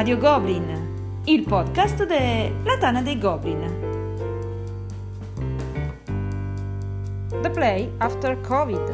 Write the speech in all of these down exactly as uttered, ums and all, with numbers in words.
Radio Goblin, il podcast della Tana dei Goblin. The Play After Covid.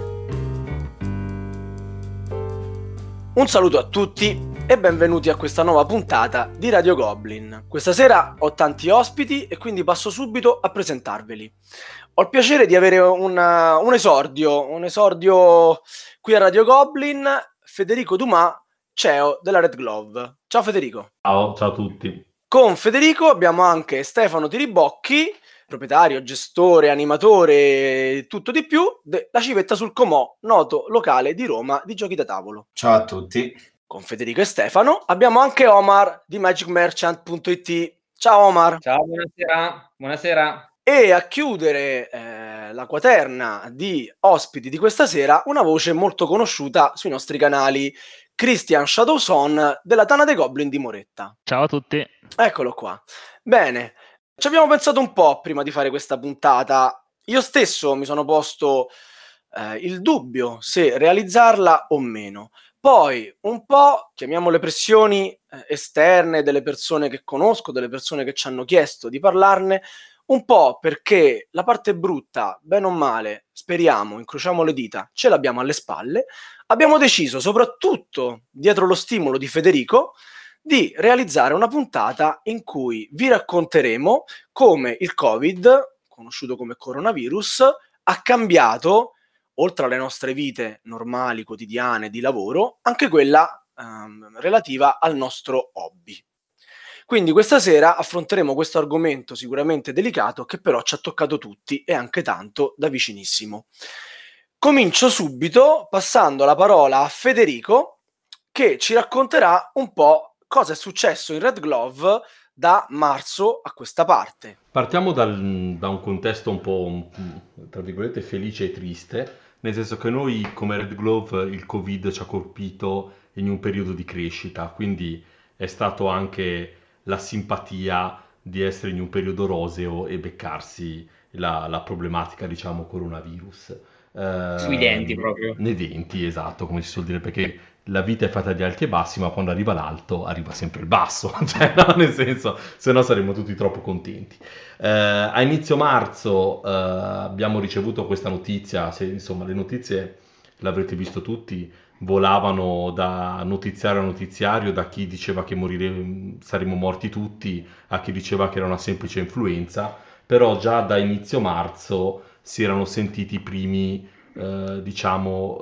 Un saluto a tutti e benvenuti a questa nuova puntata di Radio Goblin. Questa sera ho tanti ospiti e quindi passo subito a presentarveli. Ho il piacere di avere una, un esordio, un esordio qui a Radio Goblin, Federico Dumas, C E O della Red Glove. Ciao Federico. Ciao, ciao a tutti. Con Federico abbiamo anche Stefano Tiribocchi, proprietario, gestore, animatore, tutto di più, della Civetta sul Comò, noto locale di Roma di giochi da tavolo. Ciao a tutti. Con Federico e Stefano abbiamo anche Omar di magic merchant punto it. Ciao Omar. Ciao, buonasera. Buonasera. E a chiudere eh, la quaterna di ospiti di questa sera, una voce molto conosciuta sui nostri canali, Christian Shadowson della Tana dei Goblin di Moretta. Ciao a tutti. Eccolo qua. Bene, ci abbiamo pensato un po' prima di fare questa puntata. Io stesso mi sono posto eh, il dubbio se realizzarla o meno. Poi un po', chiamiamo le pressioni eh, esterne delle persone che conosco, delle persone che ci hanno chiesto di parlarne, un po' perché la parte brutta, bene o male, speriamo, incrociamo le dita, ce l'abbiamo alle spalle. Abbiamo deciso, soprattutto dietro lo stimolo di Federico, di realizzare una puntata in cui vi racconteremo come il Covid, conosciuto come coronavirus, ha cambiato, oltre alle nostre vite normali, quotidiane, di lavoro, anche quella ehm, relativa al nostro hobby. Quindi questa sera affronteremo questo argomento sicuramente delicato che però ci ha toccato tutti e anche tanto da vicinissimo. Comincio subito passando la parola a Federico che ci racconterà un po' cosa è successo in Red Glove da marzo a questa parte. Partiamo dal, da un contesto un po', tra virgolette, felice e triste, nel senso che noi come Red Glove il Covid ci ha colpito in un periodo di crescita, quindi è stato anche la simpatia di essere in un periodo roseo e beccarsi la, la problematica, diciamo, coronavirus. Eh, Sui denti proprio. Nei denti, esatto, come si suol dire, perché la vita è fatta di alti e bassi, ma quando arriva l'alto arriva sempre il basso, cioè, no? Nel senso, se no saremmo tutti troppo contenti. Eh, a inizio marzo eh, abbiamo ricevuto questa notizia, se, insomma le notizie l'avrete visto tutti, volavano da notiziario a notiziario, da chi diceva che morire, saremmo morti tutti, a chi diceva che era una semplice influenza, però già da inizio marzo si erano sentiti i primi, eh, diciamo,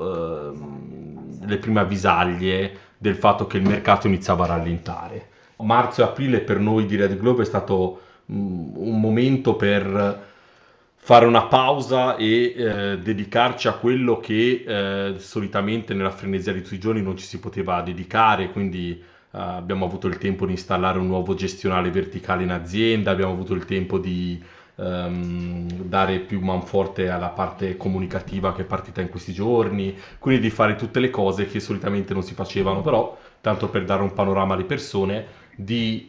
eh, le prime avvisaglie del fatto che il mercato iniziava a rallentare. Marzo e aprile per noi di Red Glove è stato mh, un momento per fare una pausa e eh, dedicarci a quello che eh, solitamente nella frenesia di tutti i giorni non ci si poteva dedicare, quindi eh, abbiamo avuto il tempo di installare un nuovo gestionale verticale in azienda, abbiamo avuto il tempo di ehm, dare più manforte alla parte comunicativa che è partita in questi giorni, quindi di fare tutte le cose che solitamente non si facevano, però tanto per dare un panorama alle persone, di,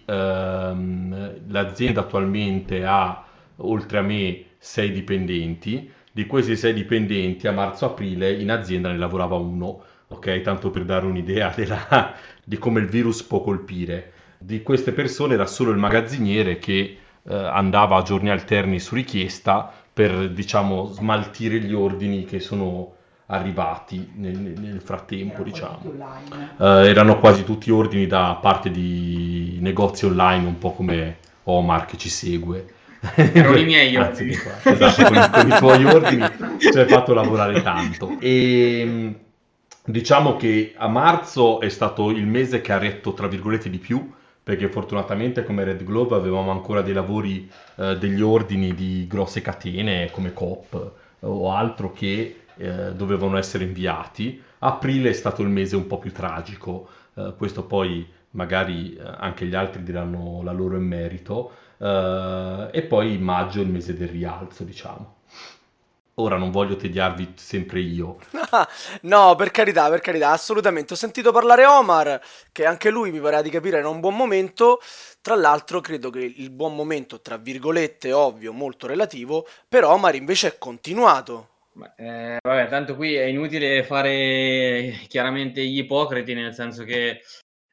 ehm, l'azienda attualmente ha, oltre a me, sei dipendenti. Di questi sei dipendenti a marzo-aprile in azienda ne lavorava uno, ok? Tanto per dare un'idea della, di come il virus può colpire. Di queste persone era solo il magazziniere che eh, andava a giorni alterni su richiesta per, diciamo, smaltire gli ordini che sono arrivati nel, nel frattempo, diciamo. Eh, erano quasi tutti ordini da parte di negozi online, un po' come Omar che ci segue. Erano i miei ordini. Esatto, con, i, con i tuoi ordini ci hai fatto lavorare tanto. E diciamo che a marzo è stato il mese che ha retto, tra virgolette, di più, perché fortunatamente come Red Glove avevamo ancora dei lavori, eh, degli ordini di grosse catene come Coop o altro che eh, dovevano essere inviati. Aprile è stato il mese un po' più tragico, eh, questo poi magari eh, anche gli altri diranno la loro in merito. Uh, e poi maggio è il mese del rialzo, diciamo. Ora non voglio tediarvi sempre io. No, per carità, per carità, assolutamente. Ho sentito parlare Omar, che anche lui mi pare di capire era un buon momento. Tra l'altro credo che il buon momento, tra virgolette, ovvio, molto relativo, per Omar invece è continuato. Eh, vabbè, tanto qui è inutile fare chiaramente gli ipocriti, nel senso che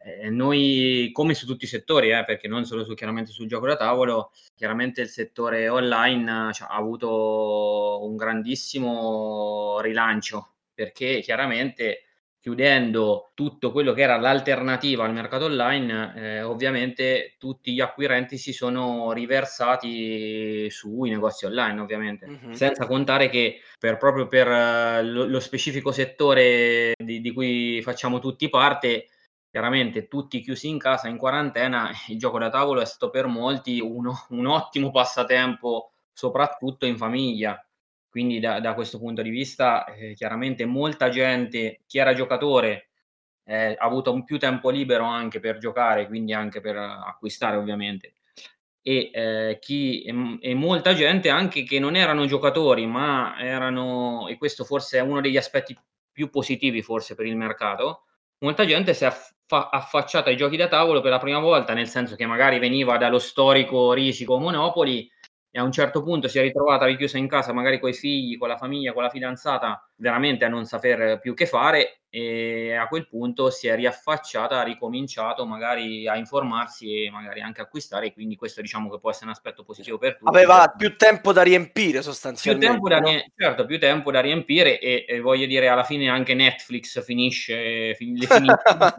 Eh, noi, come su tutti i settori, eh, perché non solo su, chiaramente sul gioco da tavolo, chiaramente il settore online cioè, ha avuto un grandissimo rilancio, perché chiaramente chiudendo tutto quello che era l'alternativa al mercato online, eh, ovviamente tutti gli acquirenti si sono riversati sui negozi online, ovviamente. Mhm. Senza contare che per, proprio per uh, lo, lo specifico settore di, di cui facciamo tutti parte, chiaramente tutti chiusi in casa, in quarantena, il gioco da tavolo è stato per molti uno, un ottimo passatempo, soprattutto in famiglia. Quindi da, da questo punto di vista, eh, chiaramente molta gente, chi era giocatore, eh, ha avuto un più tempo libero anche per giocare, quindi anche per acquistare ovviamente. E, eh, chi, e, e molta gente anche che non erano giocatori, ma erano, e questo forse è uno degli aspetti più positivi forse per il mercato, molta gente si è affa- affacciata ai giochi da tavolo per la prima volta, nel senso che magari veniva dallo storico Risico o Monopoli e a un certo punto si è ritrovata richiusa in casa magari coi figli, con la famiglia, con la fidanzata, veramente a non saper più che fare, e a quel punto si è riaffacciata, ha ricominciato magari a informarsi e magari anche acquistare, quindi questo diciamo che può essere un aspetto positivo per tutti. Aveva più tempo da riempire Più sostanzialmente. tempo da no? rie- certo, più tempo da riempire e, e voglio dire, alla fine anche Netflix finisce, fin- le finisce le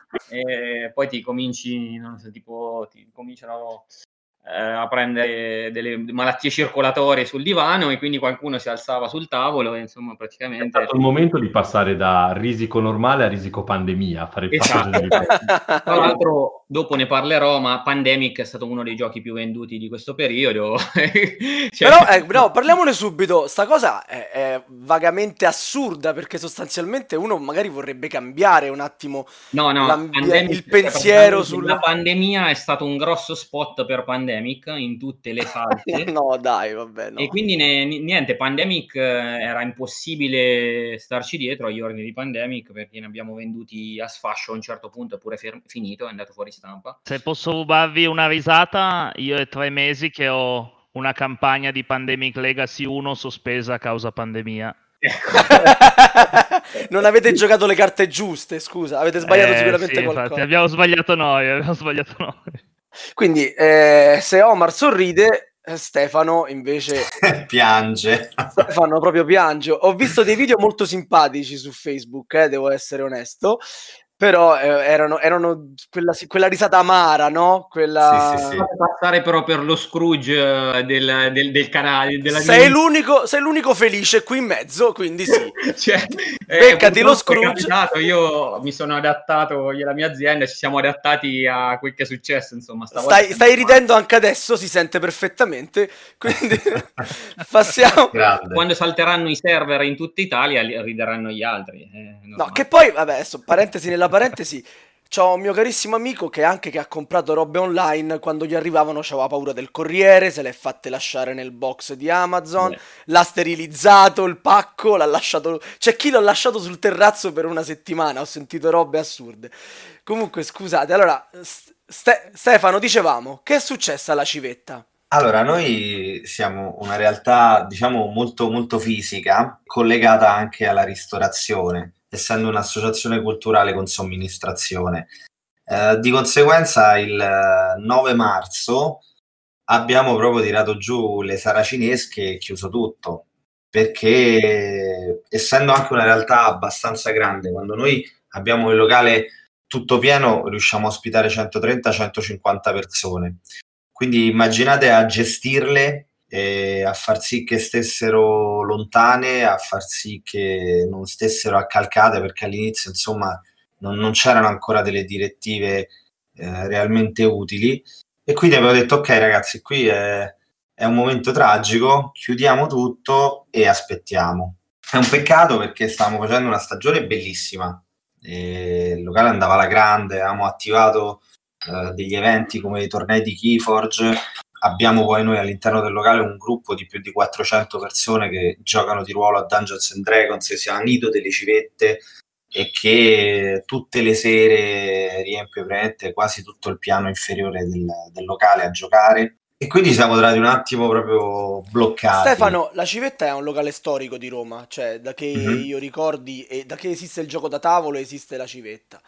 serie, e poi ti cominci, non so, tipo, ti cominciano eh, a prendere delle malattie circolatorie sul divano e quindi qualcuno si alzava sul tavolo e insomma È praticamente... stato il momento di passare da risico normale a risico pandemia, fare il Esatto. passaggio di livello. Tra l'altro, dopo ne parlerò, ma Pandemic è stato uno dei giochi più venduti di questo periodo. Cioè- Però, eh, no, parliamone subito. Sta cosa è, è vagamente assurda perché sostanzialmente uno magari vorrebbe cambiare un attimo No, no, l'ambi- Pandemic, il pensiero sul... la pandemia è stato un grosso spot per Pandemic in tutte le salse. no, dai, vabbè, no. E quindi ne- niente, Pandemic eh, era impossibile starci dietro agli ordini di Pandemic perché ne abbiamo venduti a sfascio a un certo punto, è pure fer- finito, è andato fuori stampa. Se posso rubarvi una risata, io è tre mesi che ho una campagna di Pandemic Legacy uno sospesa a causa pandemia. Non avete giocato le carte giuste, scusa, avete sbagliato Eh, sicuramente sì, qualcosa. infatti, abbiamo sbagliato noi, abbiamo sbagliato noi. Quindi, eh, se Omar sorride, eh, Stefano invece piange. Stefano proprio piange. Ho visto dei video molto simpatici su Facebook, eh, devo essere onesto, però eh, erano, erano quella, quella risata amara, no? Quella... Sì, sì, sì. Fate passare però per lo Scrooge del, del, del canale. Della sei, l'unico, sei l'unico felice qui in mezzo, quindi sì. Cioè, Beccati eh, lo purtroppo è Scrooge. capitato, io mi sono adattato, io e la mia azienda ci siamo adattati a quel che è successo, insomma. stavolta Stai, stai ridendo anche adesso, si sente perfettamente, quindi passiamo... Grande. Quando salteranno i server in tutta Italia li- rideranno gli altri. eh, No, normale. che poi, vabbè, adesso, parentesi nella parentesi, c'ho un mio carissimo amico che anche che ha comprato robe online, quando gli arrivavano c'aveva paura del corriere, se le è fatte lasciare nel box di Amazon, Beh. l'ha sterilizzato il pacco, l'ha lasciato... C'è chi l'ha lasciato sul terrazzo per una settimana, ho sentito robe assurde. Comunque, scusate, allora, Ste- Stefano, dicevamo, che è successo alla civetta? Allora, noi siamo una realtà, diciamo, molto, molto fisica, collegata anche alla ristorazione, essendo un'associazione culturale con somministrazione. Eh, di conseguenza, il nove marzo abbiamo proprio tirato giù le saracinesche e chiuso tutto, perché essendo anche una realtà abbastanza grande, quando noi abbiamo il locale tutto pieno, riusciamo a ospitare centotrenta centocinquanta persone. Quindi immaginate a gestirle, eh, a far sì che stessero lontane, a far sì che non stessero accalcate, perché all'inizio insomma non, non c'erano ancora delle direttive eh, realmente utili. E quindi abbiamo detto ok ragazzi, qui è, è un momento tragico, chiudiamo tutto e aspettiamo. È un peccato perché stavamo facendo una stagione bellissima, e il locale andava alla grande, avevamo attivato Uh, degli eventi come i tornei di Keyforge, abbiamo poi noi all'interno del locale un gruppo di più di quattrocento persone che giocano di ruolo a Dungeons and Dragons, si chiama Nido delle Civette, e che tutte le sere riempie praticamente quasi tutto il piano inferiore del, del locale a giocare, e quindi siamo trovati un attimo proprio bloccati. Stefano, la Civetta è un locale storico di Roma, cioè da che Mhm. io ricordi e da che esiste il gioco da tavolo esiste la Civetta.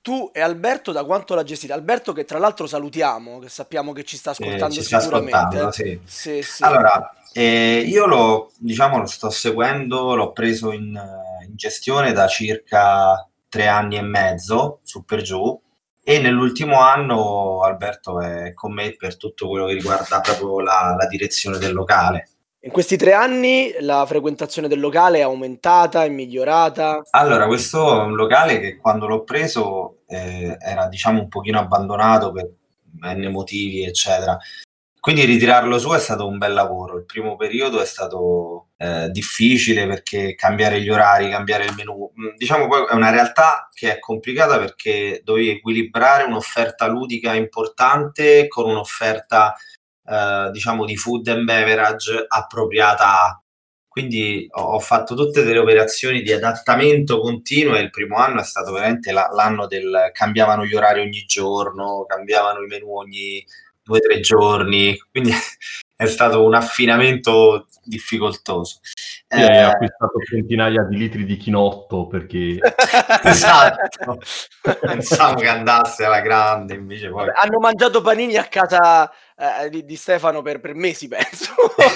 tu e Alberto da quanto la gestite? Alberto, che tra l'altro salutiamo, che sappiamo che ci sta ascoltando eh, ci sta sicuramente. ascoltando, sì. Sì, sì. Allora, eh, io lo, diciamo, lo sto seguendo, l'ho preso in, in gestione da circa tre anni e mezzo, su per giù, e nell'ultimo anno Alberto è con me per tutto quello che riguarda proprio la, la direzione del locale. In questi tre anni la frequentazione del locale è aumentata, è migliorata? Allora, questo è un locale che quando l'ho preso eh, era, diciamo, un pochino abbandonato per n motivi, eccetera. Quindi ritirarlo su è stato un bel lavoro. Il primo periodo è stato eh, difficile perché cambiare gli orari, cambiare il menù. Diciamo poi è una realtà che è complicata perché dovevi equilibrare un'offerta ludica importante con un'offerta eh, diciamo di food and beverage appropriata a. Quindi ho, ho fatto tutte delle operazioni di adattamento continuo e il primo anno è stato veramente la, l'anno del cambiavano gli orari ogni giorno, cambiavano i menù ogni due o tre giorni, quindi è stato un affinamento difficoltoso. Sì, eh, hai acquistato centinaia di litri di chinotto perché... Esatto, pensavo che andasse alla grande, invece poi... Vabbè, hanno mangiato panini a casa eh, di, di Stefano per, per mesi, penso.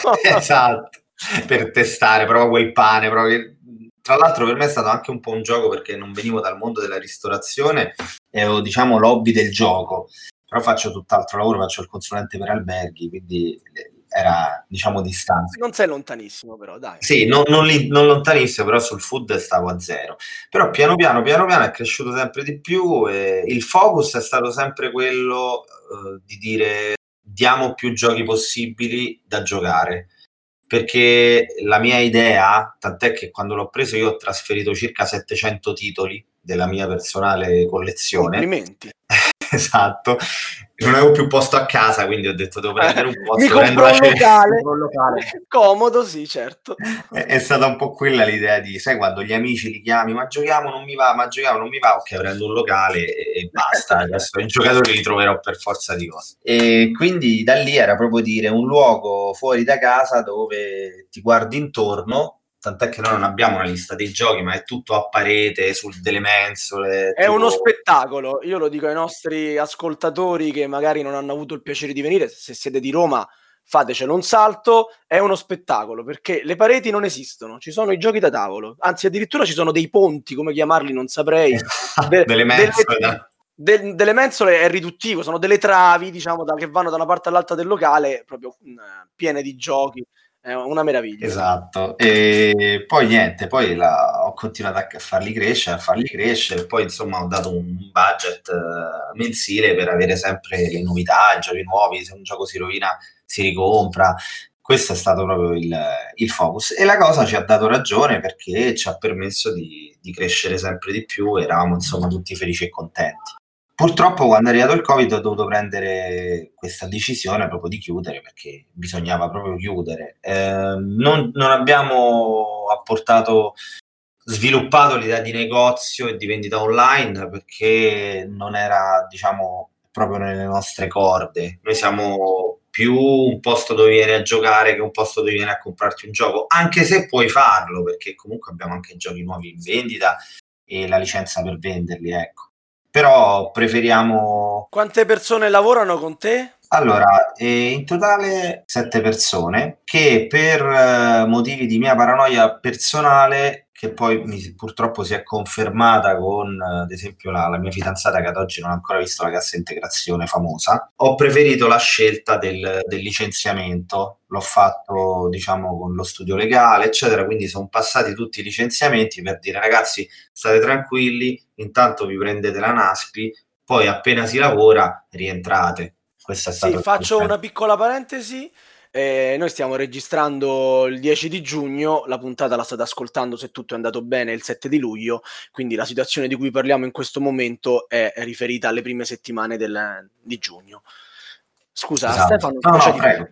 Esatto, per testare proprio quel pane, proprio... Tra l'altro per me è stato anche un po' un gioco perché non venivo dal mondo della ristorazione e avevo, diciamo, l'hobby del gioco. Però faccio tutt'altro lavoro, faccio il consulente per alberghi, quindi era, diciamo, distante. Non sei lontanissimo però, dai. Sì, non, non, li, non lontanissimo, però sul food stavo a zero. Però piano piano, piano piano è cresciuto sempre di più e il focus è stato sempre quello eh, di dire diamo più giochi possibili da giocare. Perché la mia idea, tant'è che quando l'ho preso io ho trasferito circa settecento titoli della mia personale collezione. Complimenti. Esatto, non avevo più posto a casa, quindi ho detto devo prendere un posto. Mi compro un locale. un locale. Comodo, sì, certo. È, è stata un po' quella l'idea di, sai, quando gli amici li chiami, ma giochiamo, non mi va, ma giochiamo, non mi va, ok, prendo un locale e, e basta, adesso i giocatori li troverò per forza di cose. E quindi da lì era proprio dire un luogo fuori da casa dove ti guardi intorno. Tant'è che noi non abbiamo una lista dei giochi, ma è tutto a parete, su delle mensole. È tipo... uno spettacolo. Io lo dico ai nostri ascoltatori che magari non hanno avuto il piacere di venire. Se siete di Roma, fatecelo un salto. È uno spettacolo perché le pareti non esistono. Ci sono i giochi da tavolo. Anzi, addirittura ci sono dei ponti, come chiamarli, non saprei. De- delle mensole. Delle, de- delle mensole è riduttivo. Sono delle travi, diciamo, da, che vanno da una parte all'altra del locale, proprio uh, piene di giochi. È una meraviglia. Esatto, e poi niente, poi la, ho continuato a farli crescere, a farli crescere, poi insomma ho dato un budget uh, mensile per avere sempre le novità, i giochi nuovi, se un gioco si rovina si ricompra. Questo è stato proprio il, il focus e la cosa ci ha dato ragione perché ci ha permesso di, di crescere sempre di più, eravamo insomma tutti felici e contenti. Purtroppo quando è arrivato il Covid ho dovuto prendere questa decisione proprio di chiudere perché bisognava proprio chiudere. Eh, non, non abbiamo apportato, sviluppato l'idea di negozio e di vendita online perché non era, diciamo, proprio nelle nostre corde. Noi siamo più un posto dove vieni a giocare che un posto dove vieni a comprarti un gioco, anche se puoi farlo perché comunque abbiamo anche giochi nuovi in vendita e la licenza per venderli, ecco. Però preferiamo... Quante persone lavorano con te? Allora, eh, in totale sette persone che per eh, motivi di mia paranoia personale, che poi mi, purtroppo si è confermata con, ad esempio, la, la mia fidanzata che ad oggi non ha ancora visto la cassa integrazione famosa, ho preferito la scelta del, del licenziamento. L'ho fatto, diciamo, con lo studio legale, eccetera, quindi sono passati tutti i licenziamenti per dire ragazzi, state tranquilli, intanto vi prendete la NASPI, poi appena si lavora rientrate. Questo è stato sì, faccio una piccola parentesi. Eh, noi stiamo registrando il dieci di giugno, la puntata la state ascoltando se tutto è andato bene il sette di luglio, quindi la situazione di cui parliamo in questo momento è riferita alle prime settimane del, di giugno. Scusa, esatto. Stefano. No, no, prego.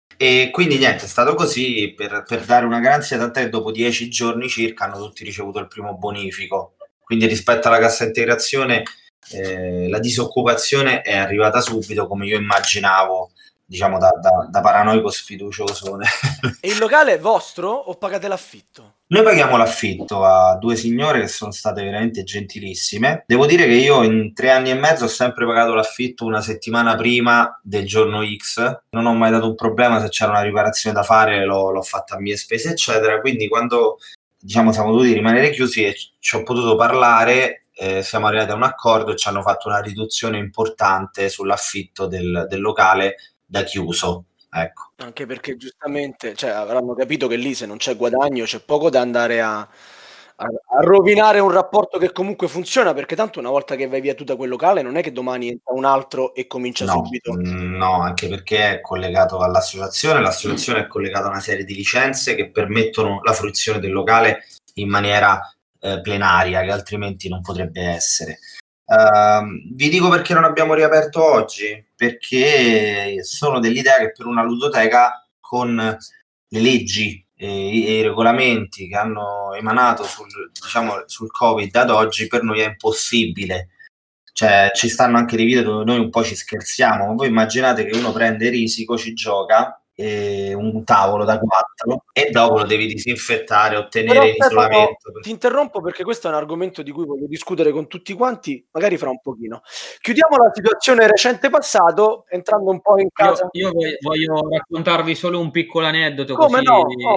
E quindi niente, è stato così per, per dare una garanzia, tant'è che dopo dieci giorni circa hanno tutti ricevuto il primo bonifico, quindi rispetto alla cassa integrazione eh, la disoccupazione è arrivata subito come io immaginavo, diciamo da, da, da paranoico sfiducioso. E il locale è vostro o pagate l'affitto? Noi paghiamo l'affitto a due signore che sono state veramente gentilissime. Devo dire che io in tre anni e mezzo ho sempre pagato l'affitto una settimana prima del giorno X. Non ho mai dato un problema, se c'era una riparazione da fare l'ho, l'ho fatta a mie spese, eccetera. Quindi quando, diciamo, siamo dovuti rimanere chiusi e ci ho potuto parlare, eh, siamo arrivati a un accordo e ci hanno fatto una riduzione importante sull'affitto del, del locale da chiuso. Ecco. Anche perché giustamente, cioè, avranno capito che lì se non c'è guadagno c'è poco da andare a, a, a rovinare un rapporto che comunque funziona, perché tanto una volta che vai via tu da quel locale non è che domani entra un altro e comincia no, subito. No, anche perché è collegato all'associazione, l'associazione è collegata a una serie di licenze che permettono la fruizione del locale in maniera eh, plenaria, che altrimenti non potrebbe essere. Uh, vi dico perché non abbiamo riaperto oggi, perché sono dell'idea che per una ludoteca, con le leggi e, e i regolamenti che hanno emanato sul, diciamo, sul Covid ad oggi, per noi è impossibile. Cioè, ci stanno anche dei video dove noi un po' ci scherziamo, ma voi immaginate che uno prende risico, ci gioca, e un tavolo da quattro e dopo lo devi disinfettare, ottenere in isolamento. Ti interrompo perché questo è un argomento di cui voglio discutere con tutti quanti, magari fra un pochino. Chiudiamo la situazione recente passato entrando un po' in casa. Io, io voglio raccontarvi solo un piccolo aneddoto. Come così... no? Oh,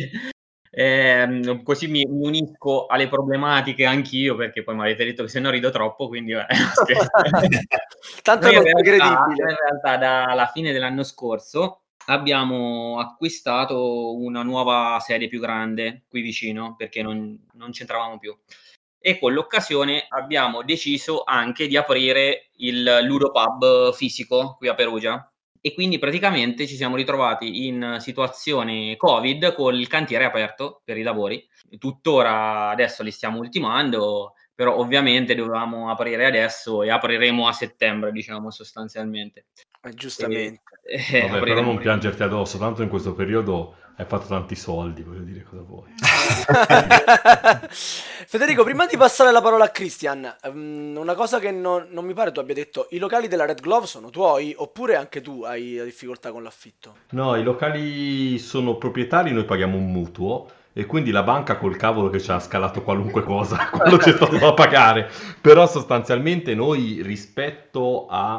Eh, così mi, mi unisco alle problematiche anch'io, perché poi mi avete detto che se no rido troppo, quindi eh, tanto non è credibile. In realtà dalla fine dell'anno scorso abbiamo acquistato una nuova sede più grande qui vicino, perché non, non c'entravamo più, e con l'occasione abbiamo deciso anche di aprire il Ludopub fisico qui a Perugia. E quindi praticamente ci siamo ritrovati in situazione Covid col cantiere aperto per i lavori. Tuttora adesso li stiamo ultimando, però ovviamente dovevamo aprire adesso e apriremo a settembre, diciamo, sostanzialmente. Eh, giustamente. E, eh, Vabbè, però non piangerti addosso, tanto in questo periodo hai fatto tanti soldi, voglio dire, cosa vuoi. Federico, prima di passare la parola a Christian, um, una cosa che non, non mi pare tu abbia detto: i locali della Red Glove sono tuoi oppure anche tu hai difficoltà con l'affitto? No, i locali sono proprietari, noi paghiamo un mutuo e quindi la banca col cavolo che ci ha scalato qualunque cosa quando c'è stato da pagare. Però sostanzialmente noi, rispetto a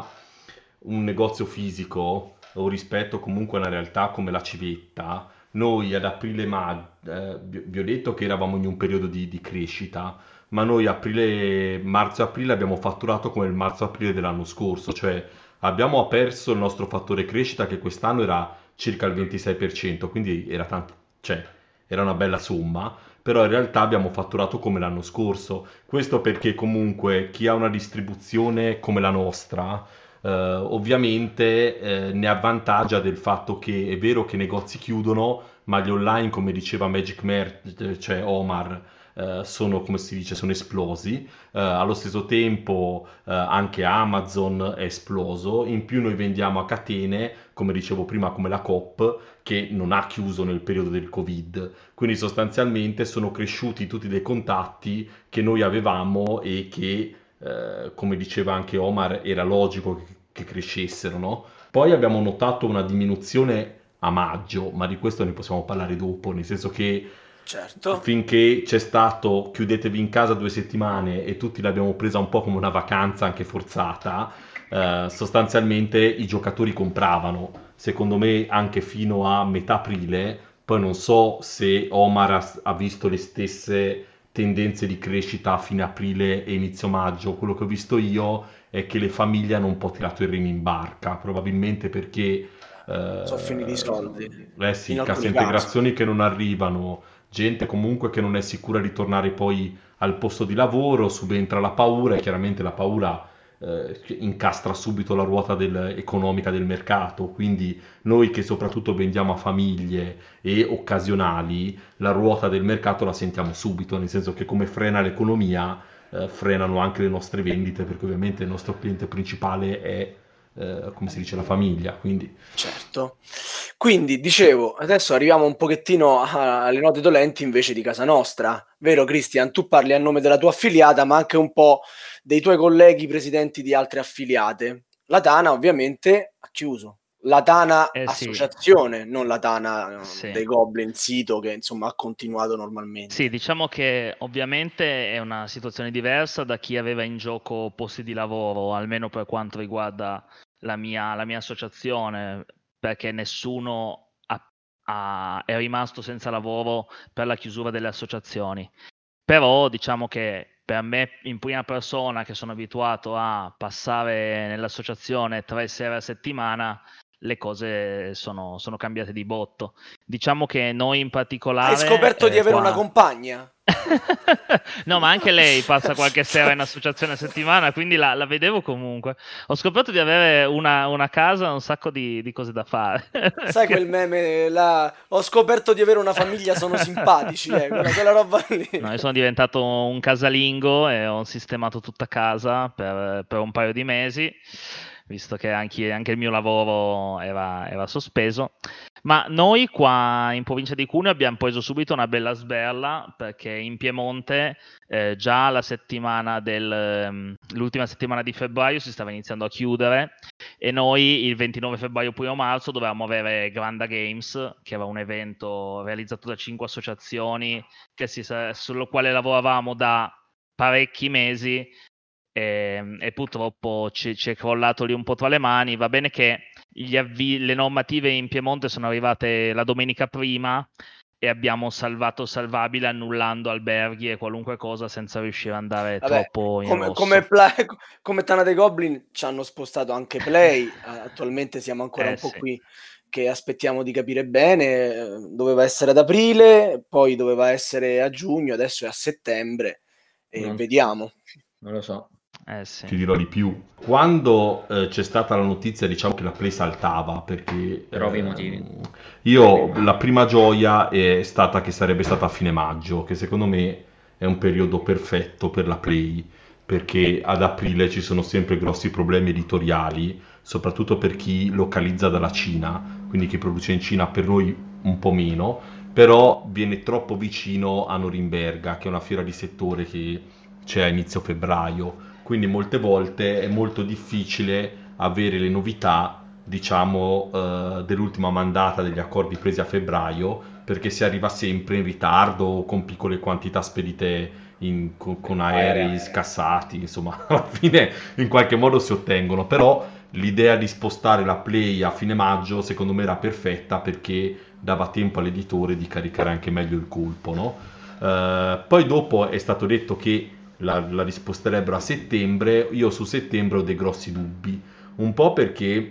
un negozio fisico o rispetto comunque a una realtà come la Civetta, noi ad aprile, ma eh, vi ho detto che eravamo in un periodo di, di crescita, ma noi aprile, marzo-aprile abbiamo fatturato come il marzo-aprile dell'anno scorso, cioè abbiamo perso il nostro fattore crescita che quest'anno era circa il ventisei per cento, quindi era, tanto, cioè, era una bella somma, però in realtà abbiamo fatturato come l'anno scorso. Questo perché comunque chi ha una distribuzione come la nostra, eh, ovviamente eh, ne avvantaggia del fatto che è vero che i negozi chiudono, ma gli online, come diceva Magic Merch, cioè Omar, Uh, sono, come si dice, sono esplosi. Uh, allo stesso tempo uh, anche Amazon è esploso, in più noi vendiamo a catene, come dicevo prima, come la Coop, che non ha chiuso nel periodo del Covid, quindi sostanzialmente sono cresciuti tutti dei contatti che noi avevamo e che, uh, come diceva anche Omar, era logico che, che crescessero, no? Poi abbiamo notato una diminuzione a maggio, ma di questo ne possiamo parlare dopo, nel senso che certo, finché c'è stato chiudetevi in casa due settimane e tutti l'abbiamo presa un po' come una vacanza anche forzata, eh, sostanzialmente i giocatori compravano, secondo me anche fino a metà aprile. Poi non so se Omar ha, ha visto le stesse tendenze di crescita a fine aprile e inizio maggio. Quello che ho visto io è che le famiglie hanno un po' tirato il remi in barca, probabilmente perché eh, sono finiti i soldi. Eh sì, in cassa alcuni integrazioni che non arrivano, gente comunque che non è sicura di tornare poi al posto di lavoro, subentra la paura e chiaramente la paura eh, incastra subito la ruota del- economica del mercato, quindi noi che soprattutto vendiamo a famiglie e occasionali, la ruota del mercato la sentiamo subito, nel senso che come frena l'economia, eh, frenano anche le nostre vendite, perché ovviamente il nostro cliente principale è, eh, come si dice, la famiglia, quindi... Certo. Quindi, dicevo, adesso arriviamo un pochettino a- alle note dolenti invece di casa nostra. Vero, Christian? Tu parli a nome della tua affiliata, ma anche un po' dei tuoi colleghi presidenti di altre affiliate. La Tana, ovviamente, ha chiuso. la Tana Eh sì. associazione, non la Tana eh, Sì. dei Goblin sito che insomma ha continuato normalmente. Sì, diciamo che ovviamente è una situazione diversa da chi aveva in gioco posti di lavoro, almeno per quanto riguarda la mia, la mia associazione, perché nessuno ha- ha- è rimasto senza lavoro per la chiusura delle associazioni. Però diciamo che per me in prima persona, che sono abituato a passare nell'associazione tre sere a settimana, le cose sono, sono cambiate di botto. Diciamo che noi in particolare... Hai scoperto eh, di avere qua- una compagna? No, ma anche lei passa qualche sera in associazione a settimana, quindi la, la vedevo comunque. Ho scoperto di avere una, una casa, un sacco di, di cose da fare. Sai quel meme là? Ho scoperto di avere una famiglia, sono simpatici, eh, quella, quella roba lì. No, io sono diventato un casalingo e ho sistemato tutta casa per, per un paio di mesi, visto che anche, anche il mio lavoro era, era sospeso. Ma noi qua in provincia di Cuneo abbiamo preso subito una bella sberla, perché in Piemonte eh, già la settimana del, ehm, l'ultima settimana di febbraio si stava iniziando a chiudere, e noi il ventinove febbraio primo marzo dovevamo avere Granda Games, che era un evento realizzato da cinque associazioni che si, sa- sul quale lavoravamo da parecchi mesi, e, e purtroppo ci, ci è crollato lì un po' tra le mani. Va bene che gli avvi- le normative in Piemonte sono arrivate la domenica prima e abbiamo salvato il salvabile annullando alberghi e qualunque cosa senza riuscire ad andare Vabbè, troppo in come, rosso. come, Pla- come Tana dei Goblin ci hanno spostato anche Play, attualmente siamo ancora Eh, un po' sì. qui che aspettiamo di capire bene, eh, doveva essere ad aprile, poi doveva essere a giugno, adesso è a settembre e Non- vediamo. Non lo so. Eh, sì. Ti dirò di più. Quando eh, c'è stata la notizia, diciamo che la Play saltava, perché Per ovvi ehm, motivi. io la prima gioia è stata che sarebbe stata a fine maggio, che secondo me è un periodo perfetto per la Play, perché ad aprile ci sono sempre grossi problemi editoriali, soprattutto per chi localizza dalla Cina, quindi chi produce in Cina, per noi un po' meno, però viene troppo vicino a Norimberga, che è una fiera di settore che c'è a inizio febbraio, quindi molte volte è molto difficile avere le novità, diciamo, eh, dell'ultima mandata degli accordi presi a febbraio, perché si arriva sempre in ritardo, con piccole quantità spedite in- con, con aerei scassati, insomma, alla fine in qualche modo si ottengono, però l'idea di spostare la Play a fine maggio secondo me era perfetta, perché dava tempo all'editore di caricare anche meglio il colpo, no? Eh, poi dopo è stato detto che la, la risposterebbero a settembre. Io su settembre ho dei grossi dubbi, un po' perché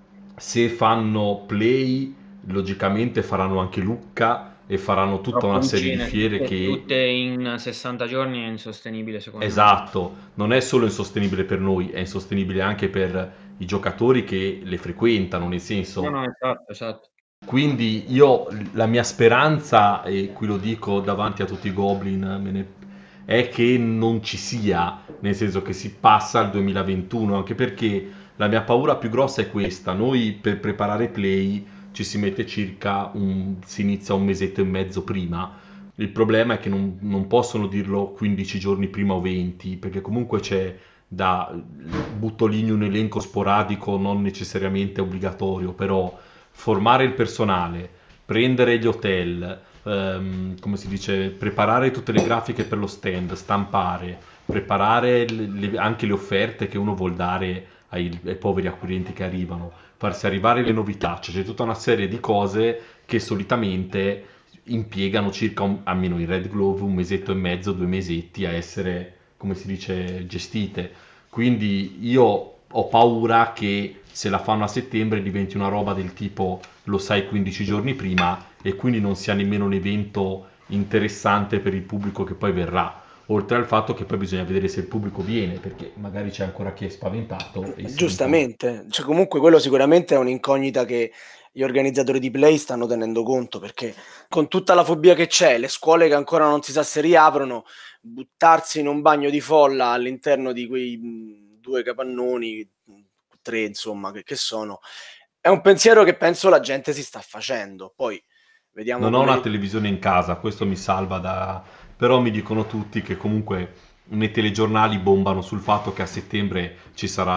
se fanno Play logicamente faranno anche Lucca e faranno tutta Troppo una serie vicine, di fiere tutte, che tutte in sessanta giorni è insostenibile secondo esatto, non è solo insostenibile per noi, è insostenibile anche per i giocatori che le frequentano, nel senso. me. No, no, esatto, esatto. Quindi io, la mia speranza, e qui lo dico davanti a tutti i Goblin, me ne- è che non ci sia, nel senso che si passa al duemilaventuno, anche perché la mia paura più grossa è questa: noi per preparare Play ci si mette circa un, si inizia un mesetto e mezzo prima. Il problema è che non, non possono dirlo quindici giorni prima o venti, perché comunque c'è da, butto lì in un elenco sporadico, non necessariamente obbligatorio, però formare il personale, prendere gli hotel, ehm, come si dice, preparare tutte le grafiche per lo stand, stampare, preparare le- le- anche le offerte che uno vuol dare ai, ai poveri acquirenti che arrivano, farsi arrivare le novità, cioè c'è tutta una serie di cose che solitamente impiegano circa, un, almeno in Red Glove, un mesetto e mezzo, due mesetti a essere, come si dice, gestite. Quindi io ho paura che se la fanno a settembre diventi una roba del tipo lo sai quindici giorni prima, e quindi non sia nemmeno un evento interessante per il pubblico che poi verrà. Oltre al fatto che poi bisogna vedere se il pubblico viene, perché magari c'è ancora chi è spaventato. E si Giustamente, cioè, comunque quello sicuramente è un'incognita che gli organizzatori di Play stanno tenendo conto, perché con tutta la fobia che c'è, le scuole che ancora non si sa se riaprono, buttarsi in un bagno di folla all'interno di quei mh, due capannoni, mh, tre insomma, che, che sono, è un pensiero che penso la gente si sta facendo. Poi vediamo Non ho come... una televisione in casa, questo mi salva da... però mi dicono tutti che comunque nei telegiornali bombano sul fatto che a settembre ci sarà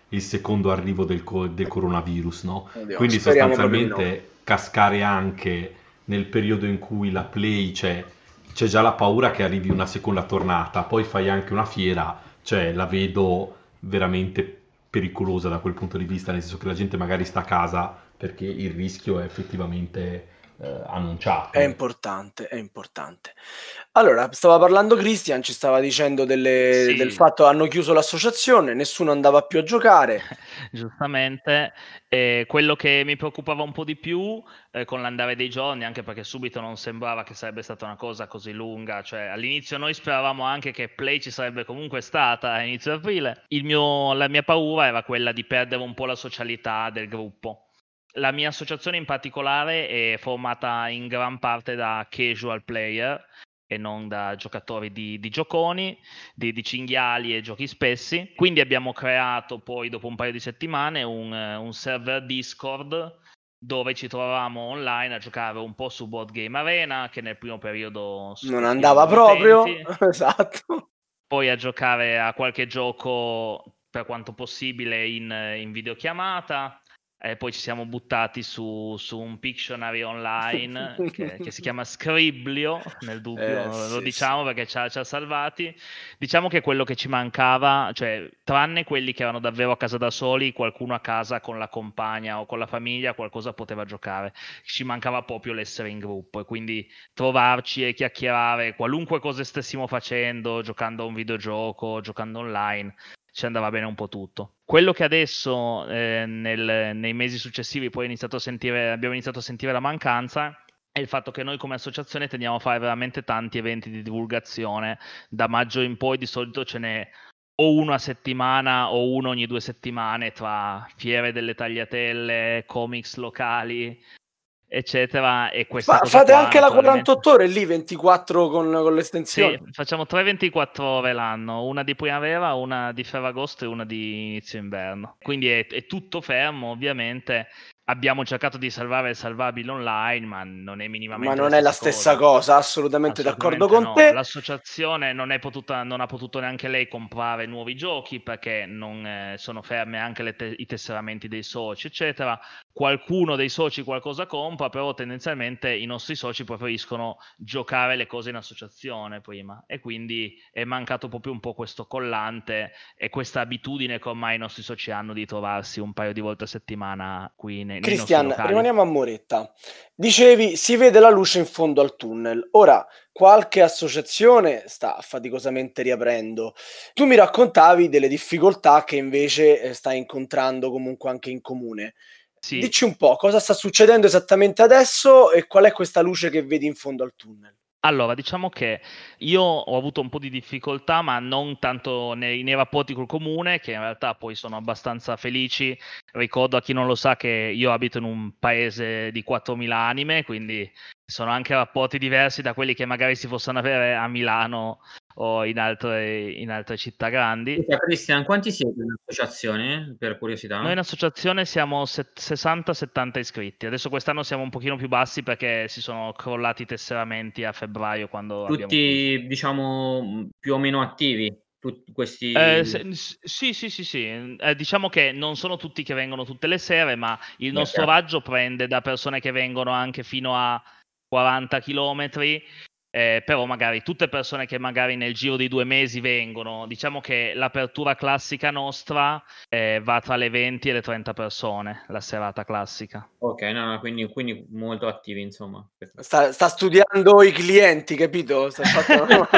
il secondo arrivo del, co- del coronavirus, no? Oddio, Quindi speriamo proprio di sostanzialmente cascare anche nel periodo in cui la Play c'è, c'è già la paura che arrivi una seconda tornata, poi fai anche una fiera, cioè la vedo veramente pericolosa da quel punto di vista, nel senso che la gente magari sta a casa perché il rischio è effettivamente eh, annunciato. È importante, è importante. Allora, stava parlando Christian, ci stava dicendo delle- Sì. del fatto hanno chiuso l'associazione, nessuno andava più a giocare. Giustamente, e quello che mi preoccupava un po' di più eh, con l'andare dei giorni, anche perché subito non sembrava che sarebbe stata una cosa così lunga, cioè all'inizio noi speravamo anche che Play ci sarebbe comunque stata a inizio aprile. Il mio, la mia paura era quella di perdere un po' la socialità del gruppo. La mia associazione in particolare è formata in gran parte da casual player e non da giocatori di, di gioconi, di, di cinghiali e giochi spessi. Quindi abbiamo creato poi, dopo un paio di settimane, un, un server Discord dove ci trovavamo online a giocare un po' su Board Game Arena, che nel primo periodo Non andava proprio, esatto. Poi a giocare a qualche gioco per quanto possibile in, in videochiamata. E poi ci siamo buttati su, su un Pictionary online che, che si chiama Scriblio, nel dubbio Eh, lo sì, diciamo sì. perché ci ha, ci ha salvati. Diciamo che quello che ci mancava, cioè tranne quelli che erano davvero a casa da soli, qualcuno a casa con la compagna o con la famiglia qualcosa poteva giocare. Ci mancava proprio l'essere in gruppo e quindi trovarci e chiacchierare qualunque cosa stessimo facendo, giocando a un videogioco, giocando online, ci andava bene un po' tutto. Quello che adesso eh, nel, nei mesi successivi poi iniziato a sentire, abbiamo iniziato a sentire la mancanza è il fatto che noi come associazione tendiamo a fare veramente tanti eventi di divulgazione. Da maggio in poi di solito ce n'è o uno a settimana o uno ogni due settimane tra fiere delle tagliatelle, comics locali, eccetera. E questa Fa- cosa fate qua anche la naturalmente... quarantotto ore lì, ventiquattro con, con Sì, l'estensione. facciamo tre ventiquattro ore l'anno, una di primavera, una di Ferragosto e una di inizio inverno. Quindi è, è tutto fermo, ovviamente. Abbiamo cercato di salvare il salvabile online, ma non è Ma minimamente non la è la stessa stessa cosa. cosa, assolutamente d'accordo Assolutamente con no. te. L'associazione non, è potuta, non ha potuto neanche lei comprare nuovi giochi perché non eh, sono ferme anche le te- i tesseramenti dei soci, eccetera. Qualcuno dei soci qualcosa compra, però tendenzialmente i nostri soci preferiscono giocare le cose in associazione prima e quindi è mancato proprio un po' questo collante e questa abitudine che ormai i nostri soci hanno di trovarsi un paio di volte a settimana qui nei, nei nostri Cristian, locali. rimaniamo a Moretta. Dicevi, si vede la luce in fondo al tunnel. Ora, qualche associazione sta faticosamente riaprendo. Tu mi raccontavi delle difficoltà che invece eh, stai incontrando comunque anche in comune. Sì. Dici un po' cosa sta succedendo esattamente adesso e qual è questa luce che vedi in fondo al tunnel. Allora, diciamo che io ho avuto un po' di difficoltà, ma non tanto nei, nei rapporti col comune, che in realtà poi sono abbastanza felici. Ricordo a chi non lo sa che io abito in un paese di quattromila anime, quindi sono anche rapporti diversi da quelli che magari si possono avere a Milano o in altre, in altre città grandi. Scusa, Cristian, quanti siete in associazione, per curiosità? Noi in associazione siamo sessanta settanta iscritti. Adesso quest'anno siamo un pochino più bassi perché si sono crollati i tesseramenti a febbraio quando abbiamo chiuso. Tutti, diciamo, più o meno attivi, tutti questi... Eh, se- s- sì, sì, sì, sì. Eh, diciamo che non sono tutti che vengono tutte le sere, ma il Beh, nostro certo. raggio prende da persone che vengono anche fino a quaranta chilometri, eh, però magari tutte persone che magari nel giro di due mesi vengono. Diciamo che l'apertura classica nostra eh, va tra le venti e le trenta persone, la serata classica. Ok, no, no, quindi, quindi molto attivi, insomma. Sta, sta studiando i clienti, capito? Sta fatto...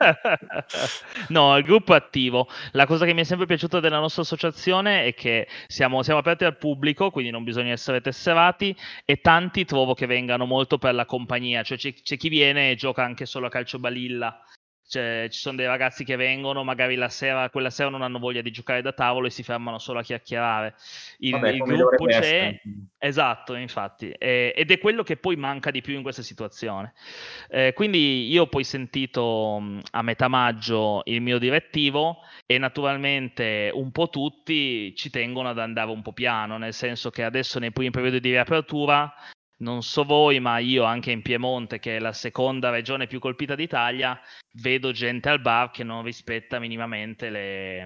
No, il gruppo è attivo. La cosa che mi è sempre piaciuta della nostra associazione è che siamo, siamo aperti al pubblico, quindi non bisogna essere tesserati, e tanti trovo che vengano molto per la compagnia, cioè c'è, c'è chi viene e gioca anche solo a calcio balilla. Cioè, ci sono dei ragazzi che vengono, magari la sera, quella sera non hanno voglia di giocare da tavolo e si fermano solo a chiacchierare. Il, Vabbè, il come gruppo dovrebbe c'è, essere. esatto, infatti, e- ed è quello che poi manca di più in questa situazione. Eh, quindi io ho poi sentito mh, a metà maggio il mio direttivo e naturalmente un po' tutti ci tengono ad andare un po' piano, nel senso che adesso nei primi periodi di riapertura, non so voi, ma io anche in Piemonte, che è la seconda regione più colpita d'Italia, vedo gente al bar che non rispetta minimamente le,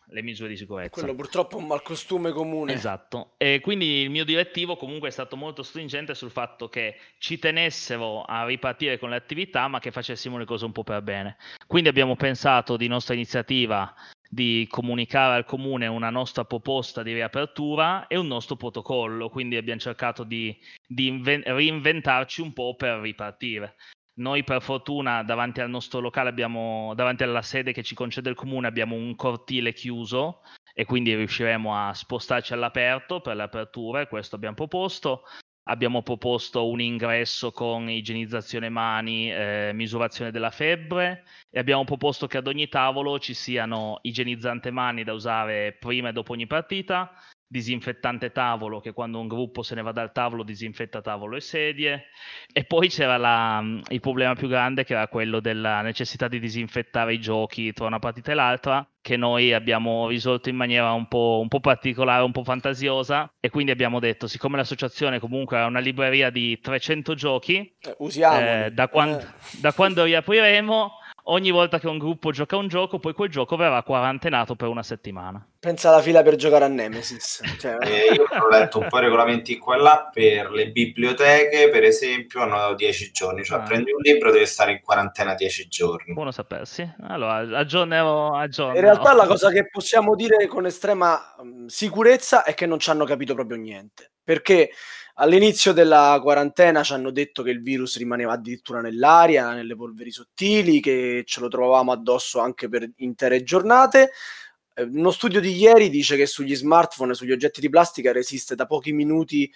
le misure di sicurezza. Quello purtroppo è un malcostume comune. Esatto, e quindi il mio direttivo comunque è stato molto stringente sul fatto che ci tenessero a ripartire con le attività, ma che facessimo le cose un po' per bene. Quindi abbiamo pensato di nostra iniziativa di comunicare al comune una nostra proposta di riapertura e un nostro protocollo, quindi abbiamo cercato di, di inven- reinventarci un po' per ripartire. Noi per fortuna davanti al nostro locale abbiamo, davanti alla sede che ci concede il comune, abbiamo un cortile chiuso e quindi riusciremo a spostarci all'aperto per le aperture, questo abbiamo proposto. Abbiamo proposto un ingresso con igienizzazione mani, eh, misurazione della febbre e abbiamo proposto che ad ogni tavolo ci siano igienizzante mani da usare prima e dopo ogni partita, disinfettante tavolo che quando un gruppo se ne va dal tavolo disinfetta tavolo e sedie, e poi c'era la, il problema più grande che era quello della necessità di disinfettare i giochi tra una partita e l'altra, che noi abbiamo risolto in maniera un po', un po' particolare, un po' fantasiosa, e quindi abbiamo detto, siccome l'associazione comunque ha una libreria di trecento giochi, eh, usiamoli. eh, da, quando, Eh. da quando riapriremo, ogni volta che un gruppo gioca un gioco, poi quel gioco verrà quarantenato per una settimana. Pensa alla fila per giocare a Nemesis. Cioè... Eh, io ho letto un po' i regolamenti qua e là. Per le biblioteche, per esempio, hanno dieci giorni, cioè Ah. prendi un libro devi stare in quarantena dieci giorni. Buono sapersi. Allora, aggiornerò, aggiornerò. In realtà la cosa che possiamo dire con estrema um, sicurezza è che non ci hanno capito proprio niente, perché all'inizio della quarantena ci hanno detto che il virus rimaneva addirittura nell'aria, nelle polveri sottili, che ce lo trovavamo addosso anche per intere giornate. Eh, uno studio di ieri dice che sugli smartphone e sugli oggetti di plastica resiste da pochi minuti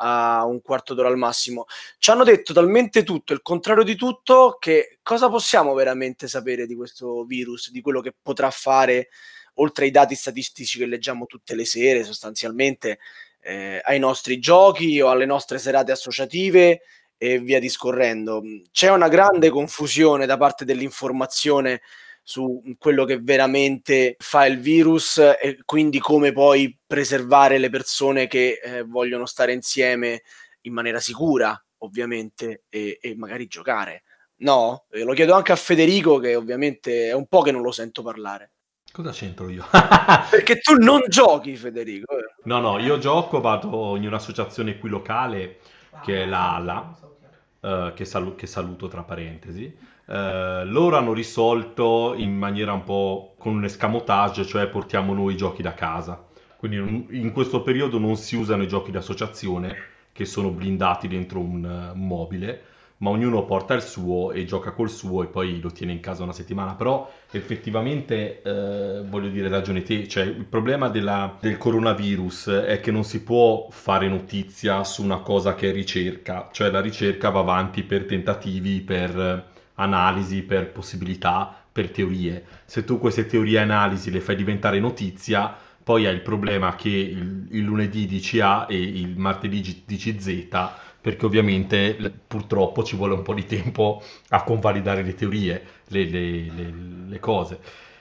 a un quarto d'ora al massimo. Ci hanno detto talmente tutto, il contrario di tutto, che cosa possiamo veramente sapere di questo virus, di quello che potrà fare, oltre ai dati statistici che leggiamo tutte le sere sostanzialmente, eh, ai nostri giochi o alle nostre serate associative e via discorrendo. C'è una grande confusione da parte dell'informazione su quello che veramente fa il virus e quindi come poi preservare le persone che eh, vogliono stare insieme in maniera sicura, ovviamente, e, e magari giocare. No? E lo chiedo anche a Federico, che ovviamente è un po' che non lo sento parlare. Cosa c'entro io? Perché tu non giochi, Federico. Eh? No, no, io gioco, vado in un'associazione qui locale, che è la ALA, eh, che, salu- che saluto tra parentesi. Eh, loro hanno risolto in maniera un po' con un escamotage, cioè portiamo noi i giochi da casa. Quindi non- in questo periodo non si usano i giochi d'associazione, che sono blindati dentro un eh, mobile, ma ognuno porta il suo e gioca col suo e poi lo tiene in casa una settimana. Però effettivamente, eh, voglio dire, ragione te, cioè il problema della- del coronavirus è che non si può fare notizia su una cosa che è ricerca, cioè la ricerca va avanti per tentativi, per eh, analisi, per possibilità, per teorie. Se tu queste teorie e analisi le fai diventare notizia, poi hai il problema che il, il lunedì dici A e il martedì gi- dici Z, perché ovviamente l- purtroppo ci vuole un po' di tempo a convalidare le teorie, le, le- le- le cose.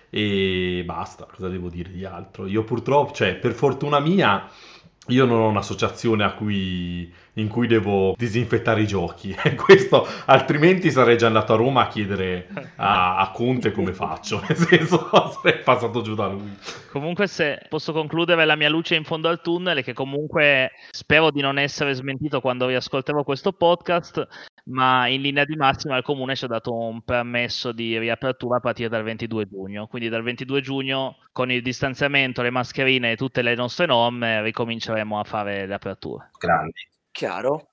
E basta, cosa devo dire di altro? Io purtroppo, cioè, per fortuna mia, io non ho un'associazione a cui, in cui devo disinfettare i giochi. Questo, altrimenti sarei già andato a Roma a chiedere a, a Conte come faccio. Nel senso, sarei passato giù da lui. Comunque, se posso concludere, la mia luce in fondo al tunnel è che comunque spero di non essere smentito quando riascolterò questo podcast, ma in linea di massima il comune ci ha dato un permesso di riapertura a partire dal ventidue giugno. Quindi dal ventidue giugno, con il distanziamento, le mascherine e tutte le nostre norme, ricominceremo a fare le aperture. Grandi. Chiaro.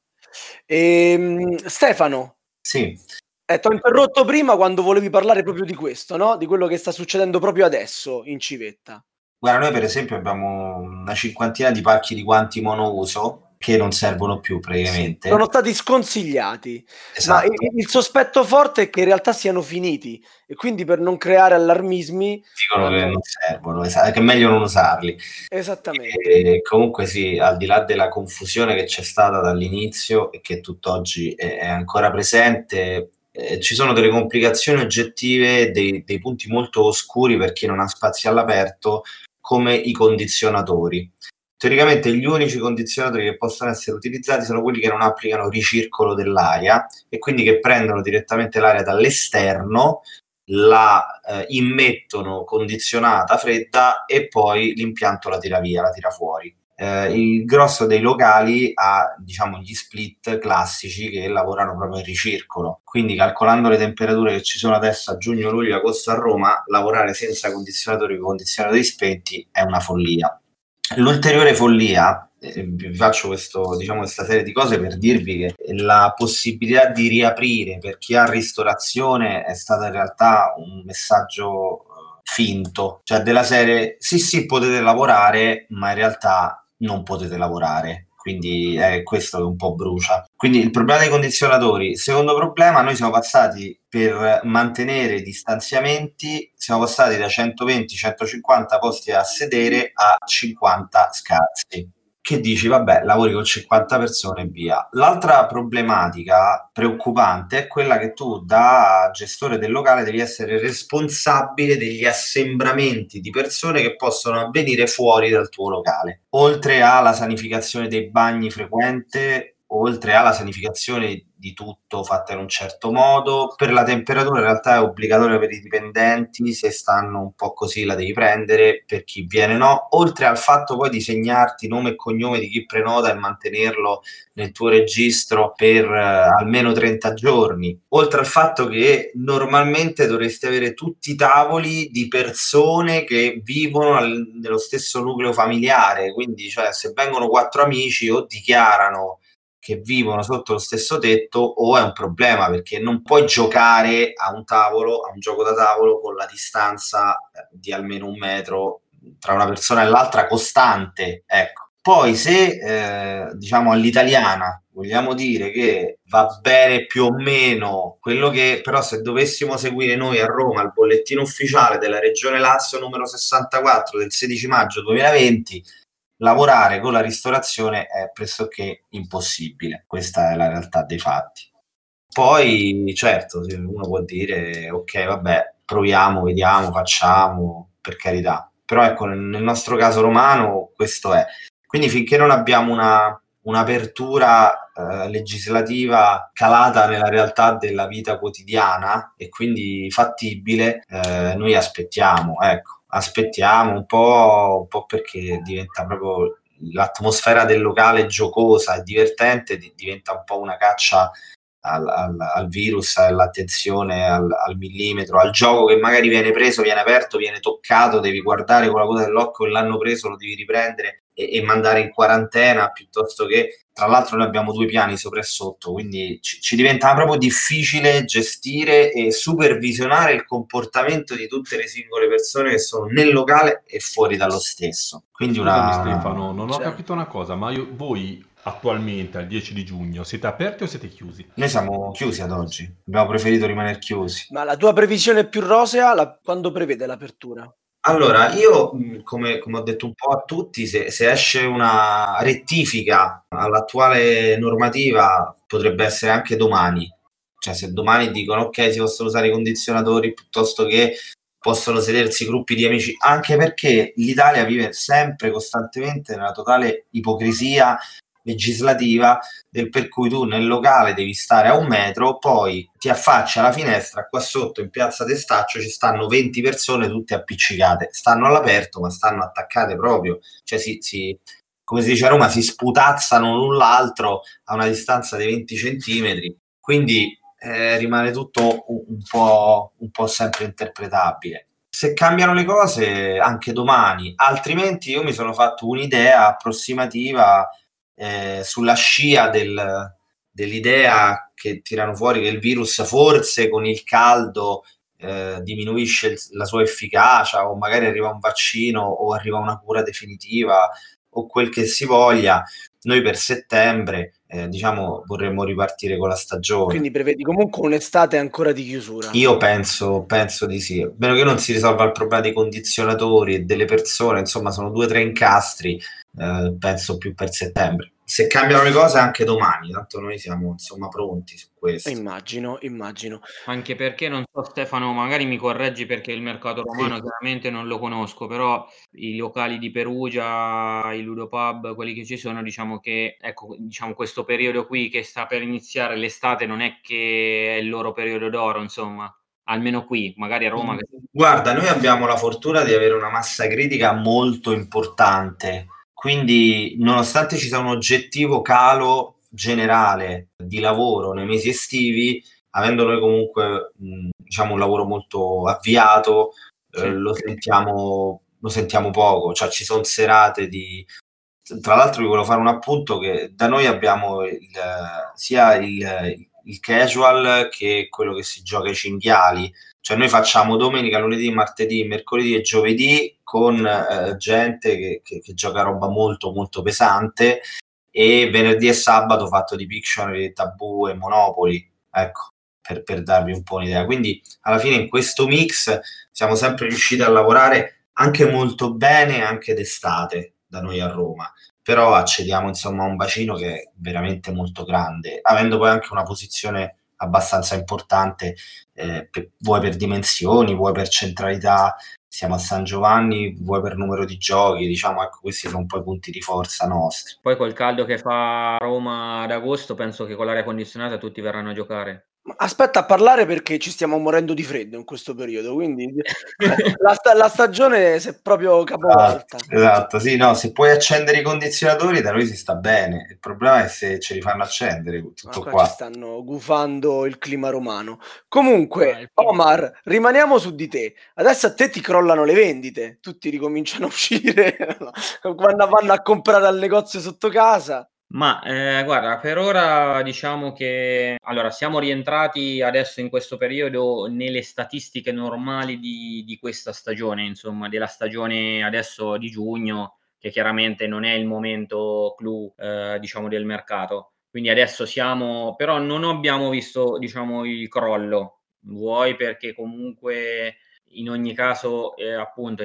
Ehm, Stefano, Sì, eh, ti ho interrotto prima quando volevi parlare proprio di questo, no? Di quello che sta succedendo proprio adesso in civetta. guarda, noi per esempio abbiamo una cinquantina di pacchi di guanti monouso che non servono più praticamente. Sono stati sconsigliati, Esatto. ma il, il sospetto forte è che in realtà siano finiti e quindi per non creare allarmismi Dicono che hanno- non servono, esa- che è meglio non usarli. esattamente. E comunque sì, al di là della confusione che c'è stata dall'inizio e che tutt'oggi è, è ancora presente, eh, ci sono delle complicazioni oggettive, dei, dei punti molto oscuri per chi non ha spazi all'aperto, come i condizionatori. Teoricamente gli unici condizionatori che possono essere utilizzati sono quelli che non applicano ricircolo dell'aria e quindi che prendono direttamente l'aria dall'esterno, la eh, immettono condizionata fredda e poi l'impianto la tira via, la tira fuori. Eh, il grosso dei locali ha, diciamo, gli split classici che lavorano proprio in ricircolo, quindi calcolando le temperature che ci sono adesso a giugno, luglio, agosto a Roma, lavorare senza condizionatori con condizionatori spenti è una follia. L'ulteriore follia, eh, vi faccio questo, diciamo, questa serie di cose per dirvi che la possibilità di riaprire per chi ha ristorazione è stata in realtà un messaggio eh, finto, cioè della serie sì sì potete lavorare, ma in realtà non potete lavorare, quindi è questo che un po' brucia. Quindi il problema dei condizionatori. Secondo problema, noi siamo passati, per mantenere i distanziamenti, siamo passati da centoventi centocinquanta posti a sedere a cinquanta scarsi. Che dici, vabbè, lavori con cinquanta persone e via. L'altra problematica preoccupante è quella che tu, da gestore del locale, devi essere responsabile degli assembramenti di persone che possono avvenire fuori dal tuo locale. Oltre alla sanificazione dei bagni frequente, oltre alla sanificazione di tutto fatta in un certo modo, per la temperatura in realtà è obbligatoria per i dipendenti, se stanno un po' così la devi prendere, per chi viene no, oltre al fatto poi di segnarti nome e cognome di chi prenota e mantenerlo nel tuo registro per eh, almeno trenta giorni, oltre al fatto che normalmente dovresti avere tutti i tavoli di persone che vivono al, nello stesso nucleo familiare, quindi cioè se vengono quattro amici o dichiarano che vivono sotto lo stesso tetto o è un problema, perché non puoi giocare a un tavolo, a un gioco da tavolo con la distanza di almeno un metro tra una persona e l'altra costante, ecco. Poi se eh, diciamo all'italiana vogliamo dire che va bene più o meno quello che, però se dovessimo seguire noi a Roma il bollettino ufficiale della Regione Lazio numero sessantaquattro del sedici maggio duemilaventi, lavorare con la ristorazione è pressoché impossibile. Questa è la realtà dei fatti. Poi, certo, uno può dire, ok, vabbè, proviamo, vediamo, facciamo, per carità. Però ecco, nel nostro caso romano questo è. Quindi finché non abbiamo una, un'apertura eh, legislativa calata nella realtà della vita quotidiana e quindi fattibile, eh, noi aspettiamo, ecco. Aspettiamo un po', un po' perché diventa proprio l'atmosfera del locale giocosa e divertente, diventa un po' una caccia al, al, al virus, all'attenzione al, al millimetro, al gioco che magari viene preso, viene aperto, viene toccato, devi guardare con la coda dell'occhio e l'hanno preso, lo devi riprendere e, e mandare in quarantena, piuttosto che, tra l'altro noi abbiamo due piani sopra e sotto, quindi ci, ci diventa proprio difficile gestire e supervisionare il comportamento di tutte le singole persone che sono nel locale e fuori dallo stesso. Quindi Scusami una... Stefano, non ho Cioè. capito una cosa, ma io, voi attualmente al dieci di giugno siete aperti o siete chiusi? Noi siamo chiusi ad oggi, abbiamo preferito rimanere chiusi. Ma la tua previsione più rosea, la, quando prevede l'apertura? Allora, io come, come ho detto un po' a tutti, se, se esce una rettifica all'attuale normativa potrebbe essere anche domani. Cioè se domani dicono ok, si possono usare i condizionatori piuttosto che possono sedersi gruppi di amici, anche perché l'Italia vive sempre costantemente nella totale ipocrisia legislativa del per cui tu nel locale devi stare a un metro, poi ti affacci alla finestra, qua sotto in piazza Testaccio ci stanno venti persone tutte appiccicate, stanno all'aperto ma stanno attaccate proprio, cioè si, si come si dice a Roma, si sputazzano l'un l'altro a una distanza di venti centimetri, quindi eh, rimane tutto un, un po', un po' sempre interpretabile. Se cambiano le cose anche domani, altrimenti io mi sono fatto un'idea approssimativa eh, sulla scia del, dell'idea che tirano fuori che il virus forse con il caldo eh, diminuisce il, la sua efficacia, o magari arriva un vaccino o arriva una cura definitiva o quel che si voglia. Noi per settembre eh, diciamo vorremmo ripartire con la stagione. Quindi prevedi comunque un'estate ancora di chiusura? Io penso, penso di sì, a meno che non si risolva il problema dei condizionatori e delle persone, insomma sono due o tre incastri, eh, penso più per settembre. Se cambiano le cose anche domani, tanto noi siamo insomma pronti su questo. Immagino, immagino. Anche perché, non so Stefano, magari mi correggi perché il mercato romano Sì. chiaramente non lo conosco, però i locali di Perugia, i ludopub, quelli che ci sono, diciamo che, ecco, diciamo questo periodo qui che sta per iniziare l'estate non è che è il loro periodo d'oro, insomma. almeno qui, magari a Roma. Guarda, noi abbiamo la fortuna di avere una massa critica molto importante, quindi nonostante ci sia un oggettivo calo generale di lavoro nei mesi estivi, avendo noi comunque mh, diciamo un lavoro molto avviato, sì. eh, lo sentiamo lo sentiamo poco, cioè ci sono serate di... Tra l'altro vi volevo fare un appunto che da noi abbiamo il, sia il, il casual che quello che si gioca ai cinghiali, cioè noi facciamo domenica, lunedì, martedì, mercoledì e giovedì con eh, gente che, che, che gioca roba molto molto pesante, e venerdì e sabato fatto di Pictionary, Tabù e Monopoli, ecco, per, per darvi un po' un'idea. Quindi alla fine in questo mix siamo sempre riusciti a lavorare anche molto bene anche d'estate da noi a Roma, però accediamo insomma a un bacino che è veramente molto grande, avendo poi anche una posizione abbastanza importante, eh, per, vuoi per dimensioni, vuoi per centralità, siamo a San Giovanni, vuoi per numero di giochi, diciamo, ecco, questi sono un po' i punti di forza nostri. Poi col caldo che fa a Roma ad agosto, penso che con l'aria condizionata tutti verranno a giocare. Aspetta a parlare perché ci stiamo morendo di freddo in questo periodo, quindi la, sta- la stagione si è proprio capovolta. Esatto, esatto, sì, no, se puoi accendere i condizionatori da noi si sta bene, il problema è se ce li fanno accendere, tutto qua, qua. ci stanno gufando il clima romano. Comunque, Omar, rimaniamo su di te. Adesso a te ti crollano le vendite, tutti ricominciano a uscire, quando vanno a comprare al negozio sotto casa. Ma eh, guarda, per ora diciamo che allora siamo rientrati adesso in questo periodo nelle statistiche normali di, di questa stagione, insomma, della stagione adesso di giugno, che chiaramente non è il momento clou, eh, diciamo, del mercato. Quindi adesso siamo, però non abbiamo visto, diciamo, il crollo, vuoi perché comunque in ogni caso, eh, appunto, i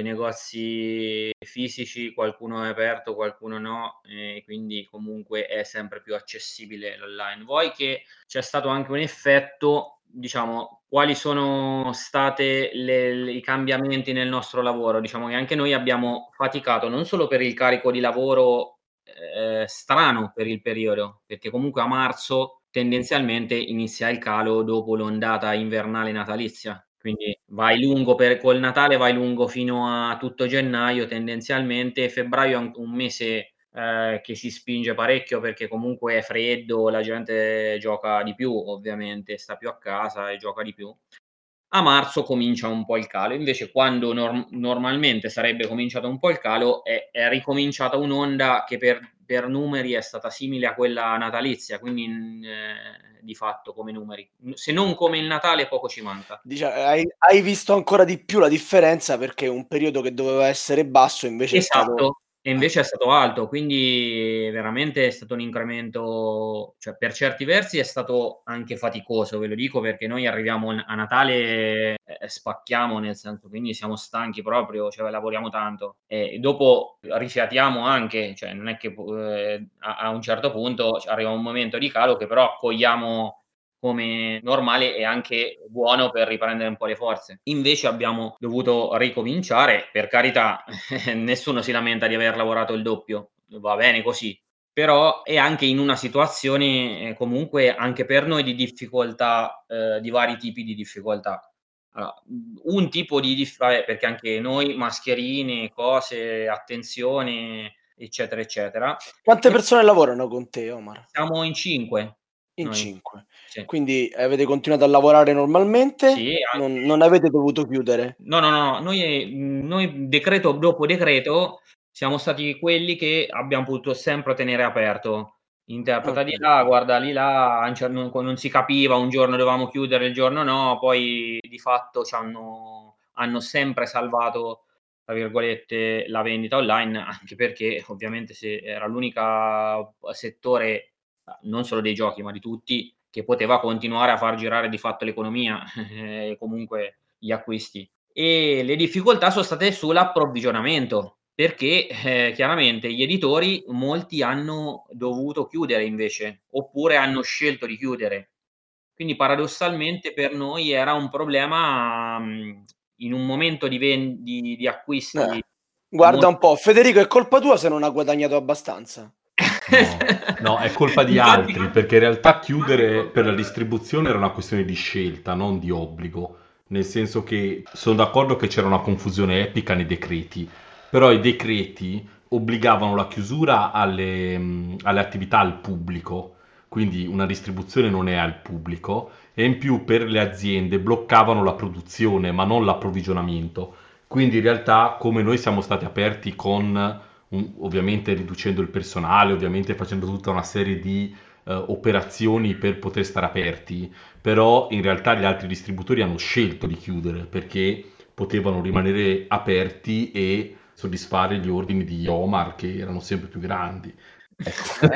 negozi fisici, qualcuno è aperto, qualcuno no, e quindi comunque è sempre più accessibile l'online. Vuoi che c'è stato anche un effetto, diciamo, quali sono state le, le, i cambiamenti nel nostro lavoro? Diciamo che anche noi abbiamo faticato non solo per il carico di lavoro eh, strano per il periodo, perché comunque a marzo tendenzialmente inizia il calo dopo l'ondata invernale natalizia. Quindi vai lungo per, col Natale vai lungo fino a tutto gennaio tendenzialmente, febbraio è un mese eh, che si spinge parecchio perché comunque è freddo, la gente gioca di più ovviamente, sta più a casa e gioca di più. A marzo comincia un po' il calo, invece quando norm- normalmente sarebbe cominciato un po' il calo è, è ricominciata un'onda che per, per numeri è stata simile a quella natalizia, quindi eh, di fatto come numeri, se non come il Natale poco ci manca. Diciamo, hai, hai visto ancora di più la differenza perché un periodo che doveva essere basso invece esatto. è stato... E invece è stato alto, quindi veramente è stato un incremento, cioè per certi versi è stato anche faticoso, ve lo dico perché noi arriviamo a Natale e spacchiamo, nel senso, quindi siamo stanchi proprio, cioè lavoriamo tanto e dopo rifiatiamo anche, cioè non è che eh, a, a un certo punto arriva un momento di calo che però accogliamo come normale e anche buono per riprendere un po' le forze. Invece abbiamo dovuto ricominciare, per carità, nessuno si lamenta di aver lavorato il doppio, va bene così, però è anche in una situazione eh, comunque anche per noi di difficoltà, eh, di vari tipi di difficoltà. Allora, un tipo di difficoltà, perché anche noi mascherine, cose, attenzione, eccetera, eccetera. Quante persone lavorano con te, Omar? Siamo in cinque. In noi. cinque. Sì. Quindi avete continuato a lavorare normalmente? Sì, non, non avete dovuto chiudere? No, no, no, noi, noi decreto dopo decreto siamo stati quelli che abbiamo potuto sempre tenere aperto. Interpreta Okay. di là, guarda lì là, non, non si capiva, un giorno dovevamo chiudere, il giorno no, poi di fatto ci hanno, hanno sempre salvato, tra virgolette, la vendita online, anche perché ovviamente se era l'unico settore, non solo dei giochi, ma di tutti, che poteva continuare a far girare di fatto l'economia e comunque gli acquisti. E le difficoltà sono state sull'approvvigionamento, perché eh, chiaramente gli editori molti hanno dovuto chiudere invece, oppure hanno scelto di chiudere. Quindi paradossalmente per noi era un problema mh, in un momento di, ven- di, di acquisti. Eh, guarda molto... un po', Federico, è colpa tua se non ha guadagnato abbastanza. No, no, è colpa di altri, perché in realtà chiudere per la distribuzione era una questione di scelta, non di obbligo. nel senso che sono d'accordo che c'era una confusione epica nei decreti, però i decreti obbligavano la chiusura alle, mh, alle attività al pubblico, quindi una distribuzione non è al pubblico, e in più per le aziende bloccavano la produzione ma non l'approvvigionamento. Quindi in realtà, come noi siamo stati aperti con, un- ovviamente riducendo il personale, ovviamente facendo tutta una serie di eh, operazioni per poter stare aperti, però in realtà gli altri distributori hanno scelto di chiudere perché potevano rimanere aperti e soddisfare gli ordini di Omar che erano sempre più grandi. Ecco.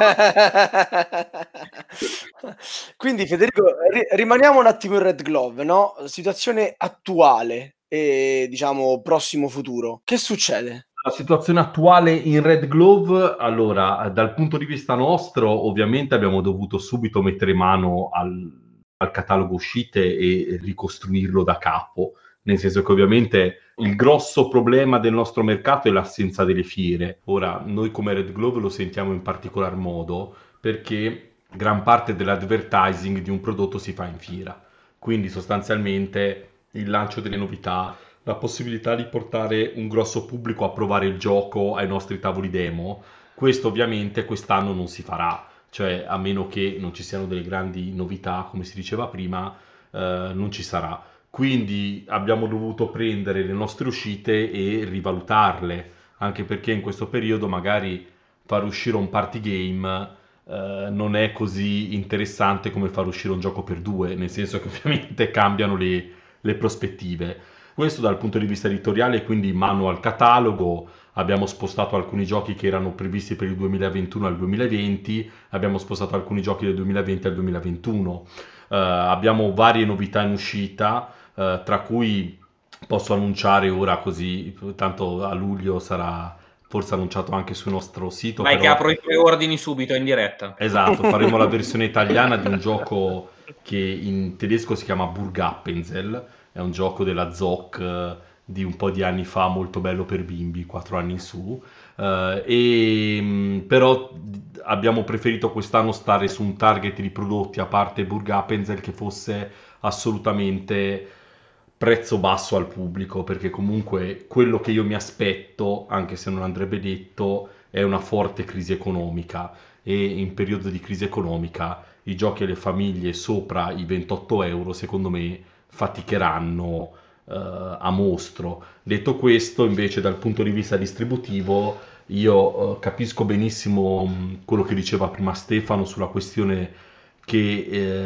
Quindi Federico, ri- rimaniamo un attimo in Red Glove, no? Situazione attuale e diciamo prossimo futuro. Che succede? La situazione attuale in Red Glove, allora, dal punto di vista nostro, ovviamente abbiamo dovuto subito mettere mano al, al catalogo uscite e ricostruirlo da capo, nel senso che ovviamente il grosso problema del nostro mercato è l'assenza delle fiere. Ora, noi come Red Glove lo sentiamo in particolar modo perché gran parte dell'advertising di un prodotto si fa in fiera, quindi sostanzialmente il lancio delle novità, la possibilità di portare un grosso pubblico a provare il gioco ai nostri tavoli demo, questo ovviamente quest'anno non si farà, cioè a meno che non ci siano delle grandi novità, come si diceva prima, eh, non ci sarà. Quindi abbiamo dovuto prendere le nostre uscite e rivalutarle, anche perché in questo periodo magari far uscire un party game eh, non è così interessante come far uscire un gioco per due, nel senso che ovviamente cambiano le, le prospettive. Questo dal punto di vista editoriale, quindi mano al catalogo, abbiamo spostato alcuni giochi che erano previsti per il duemilaventuno al duemilaventi, abbiamo spostato alcuni giochi del duemilaventi al duemilaventuno. Eh, abbiamo varie novità in uscita, eh, tra cui posso annunciare ora così, tanto a luglio sarà forse annunciato anche sul nostro sito. Vai però... che apro i preordini subito in diretta. Esatto, faremo la versione italiana di un gioco che in tedesco si chiama Burgappensel, è un gioco della Zoc eh, di un po' di anni fa, molto bello per bimbi, quattro anni in su, eh, e, mh, però d- abbiamo preferito quest'anno stare su un target di prodotti, a parte Burgappensel, che fosse assolutamente prezzo basso al pubblico, perché comunque quello che io mi aspetto, anche se non andrebbe detto, è una forte crisi economica, e in periodo di crisi economica i giochi alle famiglie sopra i ventotto euro secondo me faticheranno eh, a mostro. Detto questo, invece, dal punto di vista distributivo, io eh, capisco benissimo mh, quello che diceva prima Stefano sulla questione che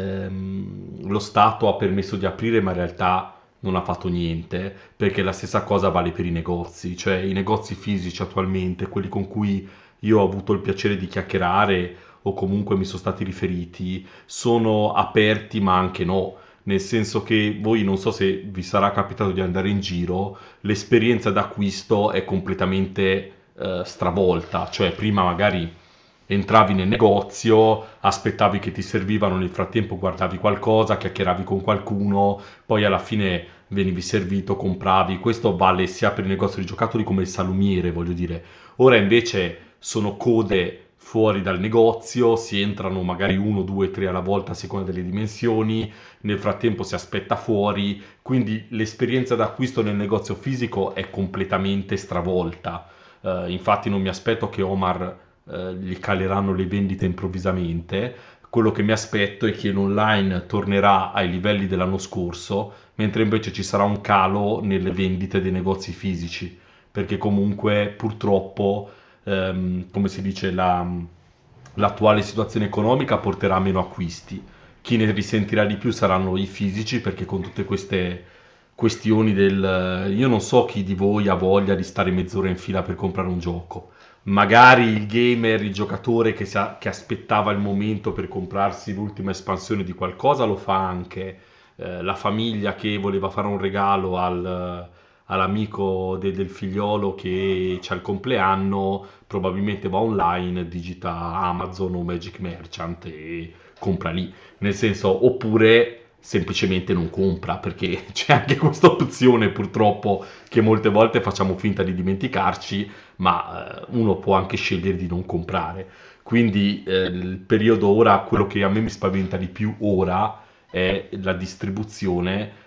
ehm, lo Stato ha permesso di aprire, ma in realtà non ha fatto niente, perché la stessa cosa vale per i negozi, cioè i negozi fisici attualmente, quelli con cui io ho avuto il piacere di chiacchierare o comunque mi sono stati riferiti, sono aperti ma anche no, nel senso che voi, non so se vi sarà capitato di andare in giro, l'esperienza d'acquisto è completamente eh, stravolta, cioè prima magari entravi nel negozio, aspettavi che ti servivano, nel frattempo guardavi qualcosa, chiacchieravi con qualcuno, poi alla fine venivi servito, compravi. Questo vale sia per il negozio di giocattoli come il salumiere, voglio dire. Ora invece sono code fuori dal negozio, si entrano magari uno, due, tre alla volta a seconda delle dimensioni, nel frattempo si aspetta fuori, quindi l'esperienza d'acquisto nel negozio fisico è completamente stravolta. Uh, infatti non mi aspetto che Omar uh, gli caleranno le vendite improvvisamente. Quello che mi aspetto è che l'online tornerà ai livelli dell'anno scorso, mentre invece ci sarà un calo nelle vendite dei negozi fisici, perché comunque purtroppo ehm, come si dice, la, l'attuale situazione economica porterà a meno acquisti. Chi ne risentirà di più saranno i fisici, perché con tutte queste questioni del... Io non so chi di voi ha voglia di stare mezz'ora in fila per comprare un gioco. Magari il gamer, il giocatore che, sa, che aspettava il momento per comprarsi l'ultima espansione di qualcosa lo fa anche. Eh, la famiglia che voleva fare un regalo al all'amico de- del figliolo che c'ha il compleanno, probabilmente va online, digita Amazon o Magic Merchant e compra lì, nel senso, oppure semplicemente non compra, perché c'è anche questa opzione purtroppo che molte volte facciamo finta di dimenticarci, ma eh, uno può anche scegliere di non comprare. Quindi eh, il periodo ora, quello che a me mi spaventa di più ora è la distribuzione,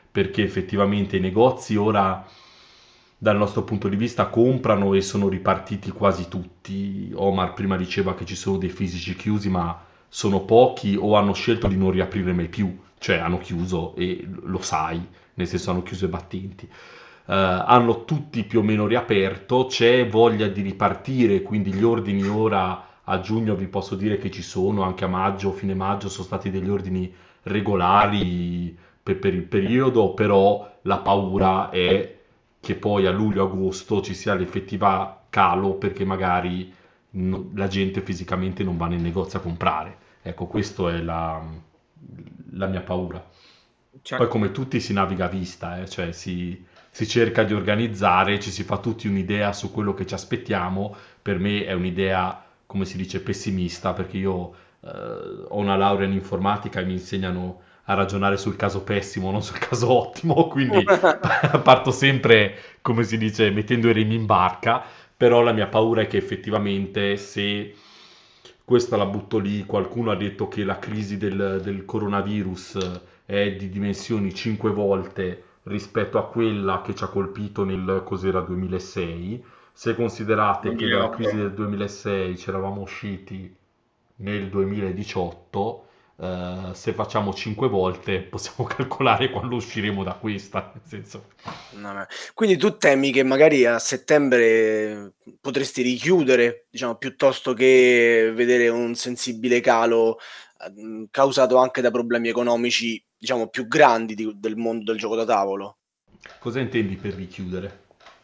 perché effettivamente i negozi ora, dal nostro punto di vista, comprano e sono ripartiti quasi tutti. Omar prima diceva che ci sono dei fisici chiusi, ma sono pochi o hanno scelto di non riaprire mai più, cioè hanno chiuso e lo sai, nel senso hanno chiuso i battenti. Eh, hanno tutti più o meno riaperto, c'è voglia di ripartire, quindi gli ordini ora a giugno vi posso dire che ci sono, anche a maggio, fine maggio sono stati degli ordini regolari per, per il periodo, però la paura è che poi a luglio-agosto ci sia l'effettiva calo perché magari no- la gente fisicamente non va nel negozio a comprare. Ecco, questa è la, la mia paura. Cioè, Poi come tutti si naviga a vista, eh, cioè si, si cerca di organizzare, ci si fa tutti un'idea su quello che ci aspettiamo. Per me è un'idea, come si dice, pessimista, perché io eh, ho una laurea in informatica e mi insegnano a ragionare sul caso pessimo, non sul caso ottimo, quindi parto sempre, come si dice, mettendo i remi in barca, però la mia paura è che effettivamente se questa la butto lì, qualcuno ha detto che la crisi del, del coronavirus è di dimensioni cinque volte rispetto a quella che ci ha colpito nel cos'era duemilasei. Se considerate che dalla crisi duemilaotto. del duemilasei ci eravamo usciti nel duemiladiciotto, eh, se facciamo cinque volte possiamo calcolare quando usciremo da questa, nel senso. No, no. Quindi tu temi che magari a settembre potresti richiudere, diciamo, piuttosto che vedere un sensibile calo eh, causato anche da problemi economici, diciamo, più grandi di- del mondo del gioco da tavolo? Cosa intendi per richiudere?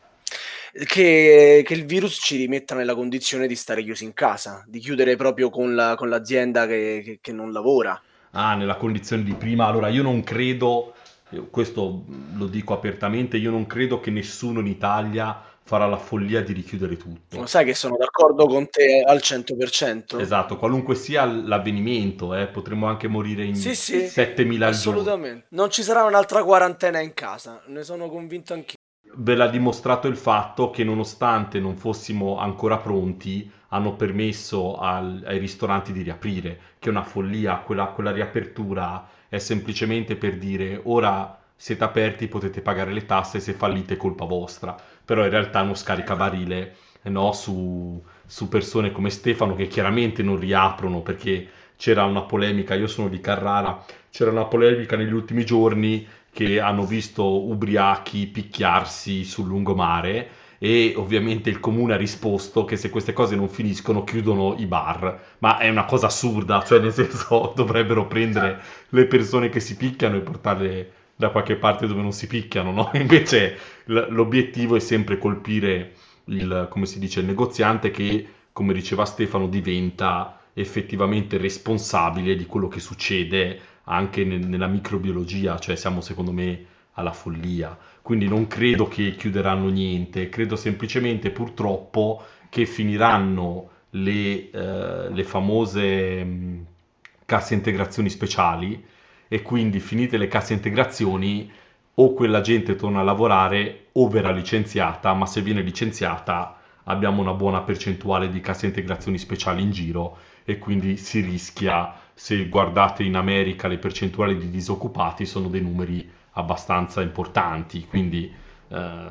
Che, che il virus ci rimetta nella condizione di stare chiusi in casa, di chiudere proprio con la- con l'azienda che, che- che non lavora. Ah, nella condizione di prima. Allora, io non credo, io questo lo dico apertamente, io non credo che nessuno in Italia farà la follia di richiudere Lo tutto. sai che sono d'accordo con te al cento per cento? Esatto, qualunque sia l'avvenimento, eh, potremmo anche morire in Sì, sì, settemila al giorno. assolutamente. Non ci sarà un'altra quarantena in casa, ne sono convinto anch'io. Ve l'ha dimostrato il fatto che nonostante non fossimo ancora pronti, hanno permesso al- ai ristoranti di riaprire, che è una follia. Quella, quella riapertura è semplicemente per dire ora siete aperti, potete pagare le tasse, se fallite è colpa vostra. Però in realtà è uno scaricabarile, eh, no, su, su persone come Stefano che chiaramente non riaprono perché c'era una polemica, io sono di Carrara, c'era una polemica negli ultimi giorni che hanno visto ubriachi picchiarsi sul lungomare e ovviamente il comune ha risposto che se queste cose non finiscono chiudono i bar, ma è una cosa assurda, cioè nel senso dovrebbero prendere le persone che si picchiano e portarle da qualche parte dove non si picchiano, no? Invece l- l'obiettivo è sempre colpire il, come si dice, il negoziante che, come diceva Stefano, diventa effettivamente responsabile di quello che succede anche ne- nella microbiologia, cioè siamo secondo me alla follia. Quindi non credo che chiuderanno niente, credo semplicemente purtroppo che finiranno le, eh, le famose mh, casse integrazioni speciali e quindi finite le casse integrazioni o quella gente torna a lavorare o verrà licenziata, ma se viene licenziata abbiamo una buona percentuale di casse integrazioni speciali in giro e quindi si rischia, se guardate in America le percentuali di disoccupati sono dei numeri abbastanza importanti, quindi eh,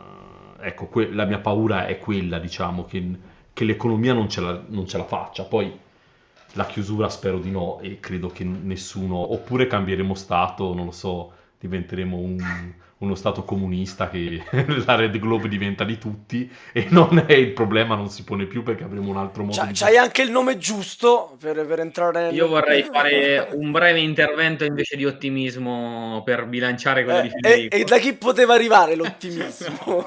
ecco, que- la mia paura è quella, diciamo, che, che l'economia non ce la, non ce la faccia, poi la chiusura spero di no e credo che nessuno, oppure cambieremo stato, non lo so, diventeremo un- uno stato comunista che la Red Globe diventa di tutti e non è il problema, non si pone più perché avremo un altro modo C'ha- di C'hai gestire. anche il nome giusto per, per entrare Io nel... vorrei fare un breve intervento invece di ottimismo per bilanciare quello di Eh, e, e Federico. da chi poteva arrivare l'ottimismo?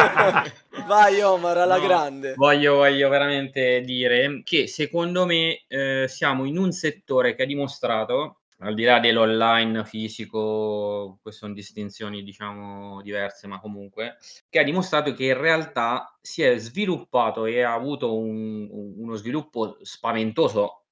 Vai Omar, alla No, grande. voglio, voglio veramente dire che secondo me eh, siamo in un settore che ha dimostrato, al di là dell'online fisico, queste sono distinzioni diciamo diverse, ma comunque, che ha dimostrato che in realtà si è sviluppato e ha avuto un- un- uno sviluppo spaventoso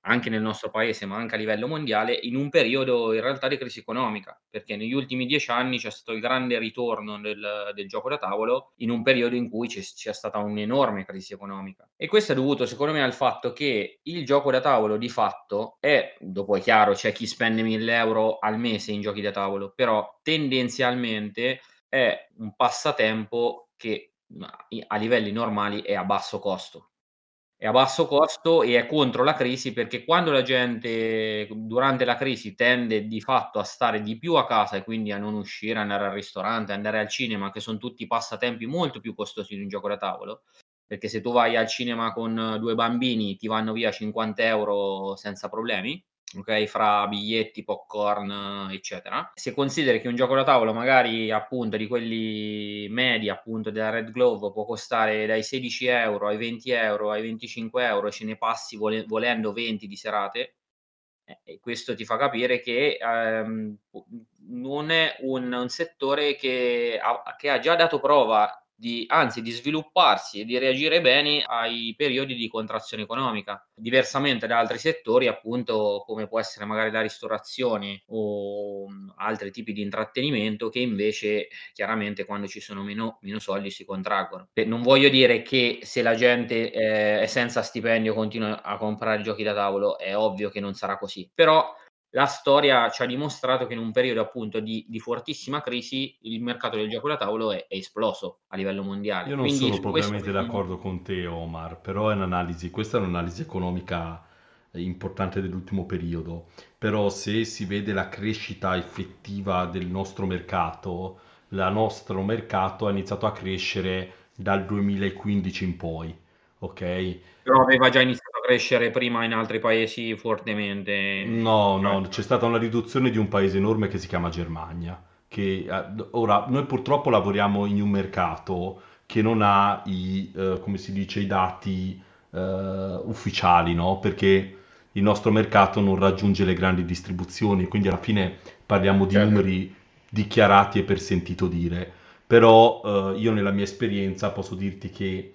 anche nel nostro paese, ma anche a livello mondiale, in un periodo in realtà di crisi economica, perché negli ultimi dieci anni c'è stato il grande ritorno del, del gioco da tavolo in un periodo in cui c'è, c'è stata un'enorme crisi economica. E questo è dovuto secondo me al fatto che il gioco da tavolo di fatto è, dopo è chiaro, c'è chi spende mille euro al mese in giochi da tavolo, però tendenzialmente è un passatempo che a livelli normali è a basso costo. È a basso costo e è contro la crisi, perché quando la gente durante la crisi tende di fatto a stare di più a casa e quindi a non uscire, andare al ristorante, andare al cinema, che son tutti passatempi molto più costosi di un gioco da tavolo, perché se tu vai al cinema con due bambini ti vanno via cinquanta euro senza problemi, okay, fra biglietti, popcorn, eccetera. Se consideri che un gioco da tavolo magari appunto di quelli medi, appunto della Red Glove, può costare dai sedici euro ai venti euro, ai venticinque euro, e ce ne passi vole volendo venti di serate, eh, e questo ti fa capire che, ehm, u non è un un settore che ha che ha già dato prova di anzi di svilupparsi e di reagire bene ai periodi di contrazione economica, diversamente da altri settori appunto, come può essere magari la ristorazione o, mhmm, altri tipi di intrattenimento che invece chiaramente quando ci sono meno meno soldi si contraggono. E non voglio dire che se la gente, ehm, è senza stipendio continua a comprare giochi da tavolo, è ovvio che non sarà così, però la storia ci ha dimostrato che in un periodo appunto di di fortissima crisi il mercato del gioco da tavolo è è esploso a livello mondiale. Io non Quindi sono su questo propriamente sono d'accordo con te, Omar, però è un'analisi, questa è un'analisi economica eh, importante dell'ultimo periodo. Però se si vede la crescita effettiva del nostro mercato, il nostro mercato ha iniziato a crescere dal duemilaquindici in poi, ok? però aveva già iniziato a crescere prima in altri paesi fortemente, No, cioè no, c'è stata una riduzione di un paese enorme che si chiama Germania, che eh, ora noi purtroppo lavoriamo in un mercato che non ha i, eh, come si dice, i dati eh, ufficiali, no? Perché il nostro mercato non raggiunge le grandi distribuzioni, quindi alla fine parliamo di certo. numeri dichiarati e per sentito dire. Però eh, io nella mia esperienza posso dirti che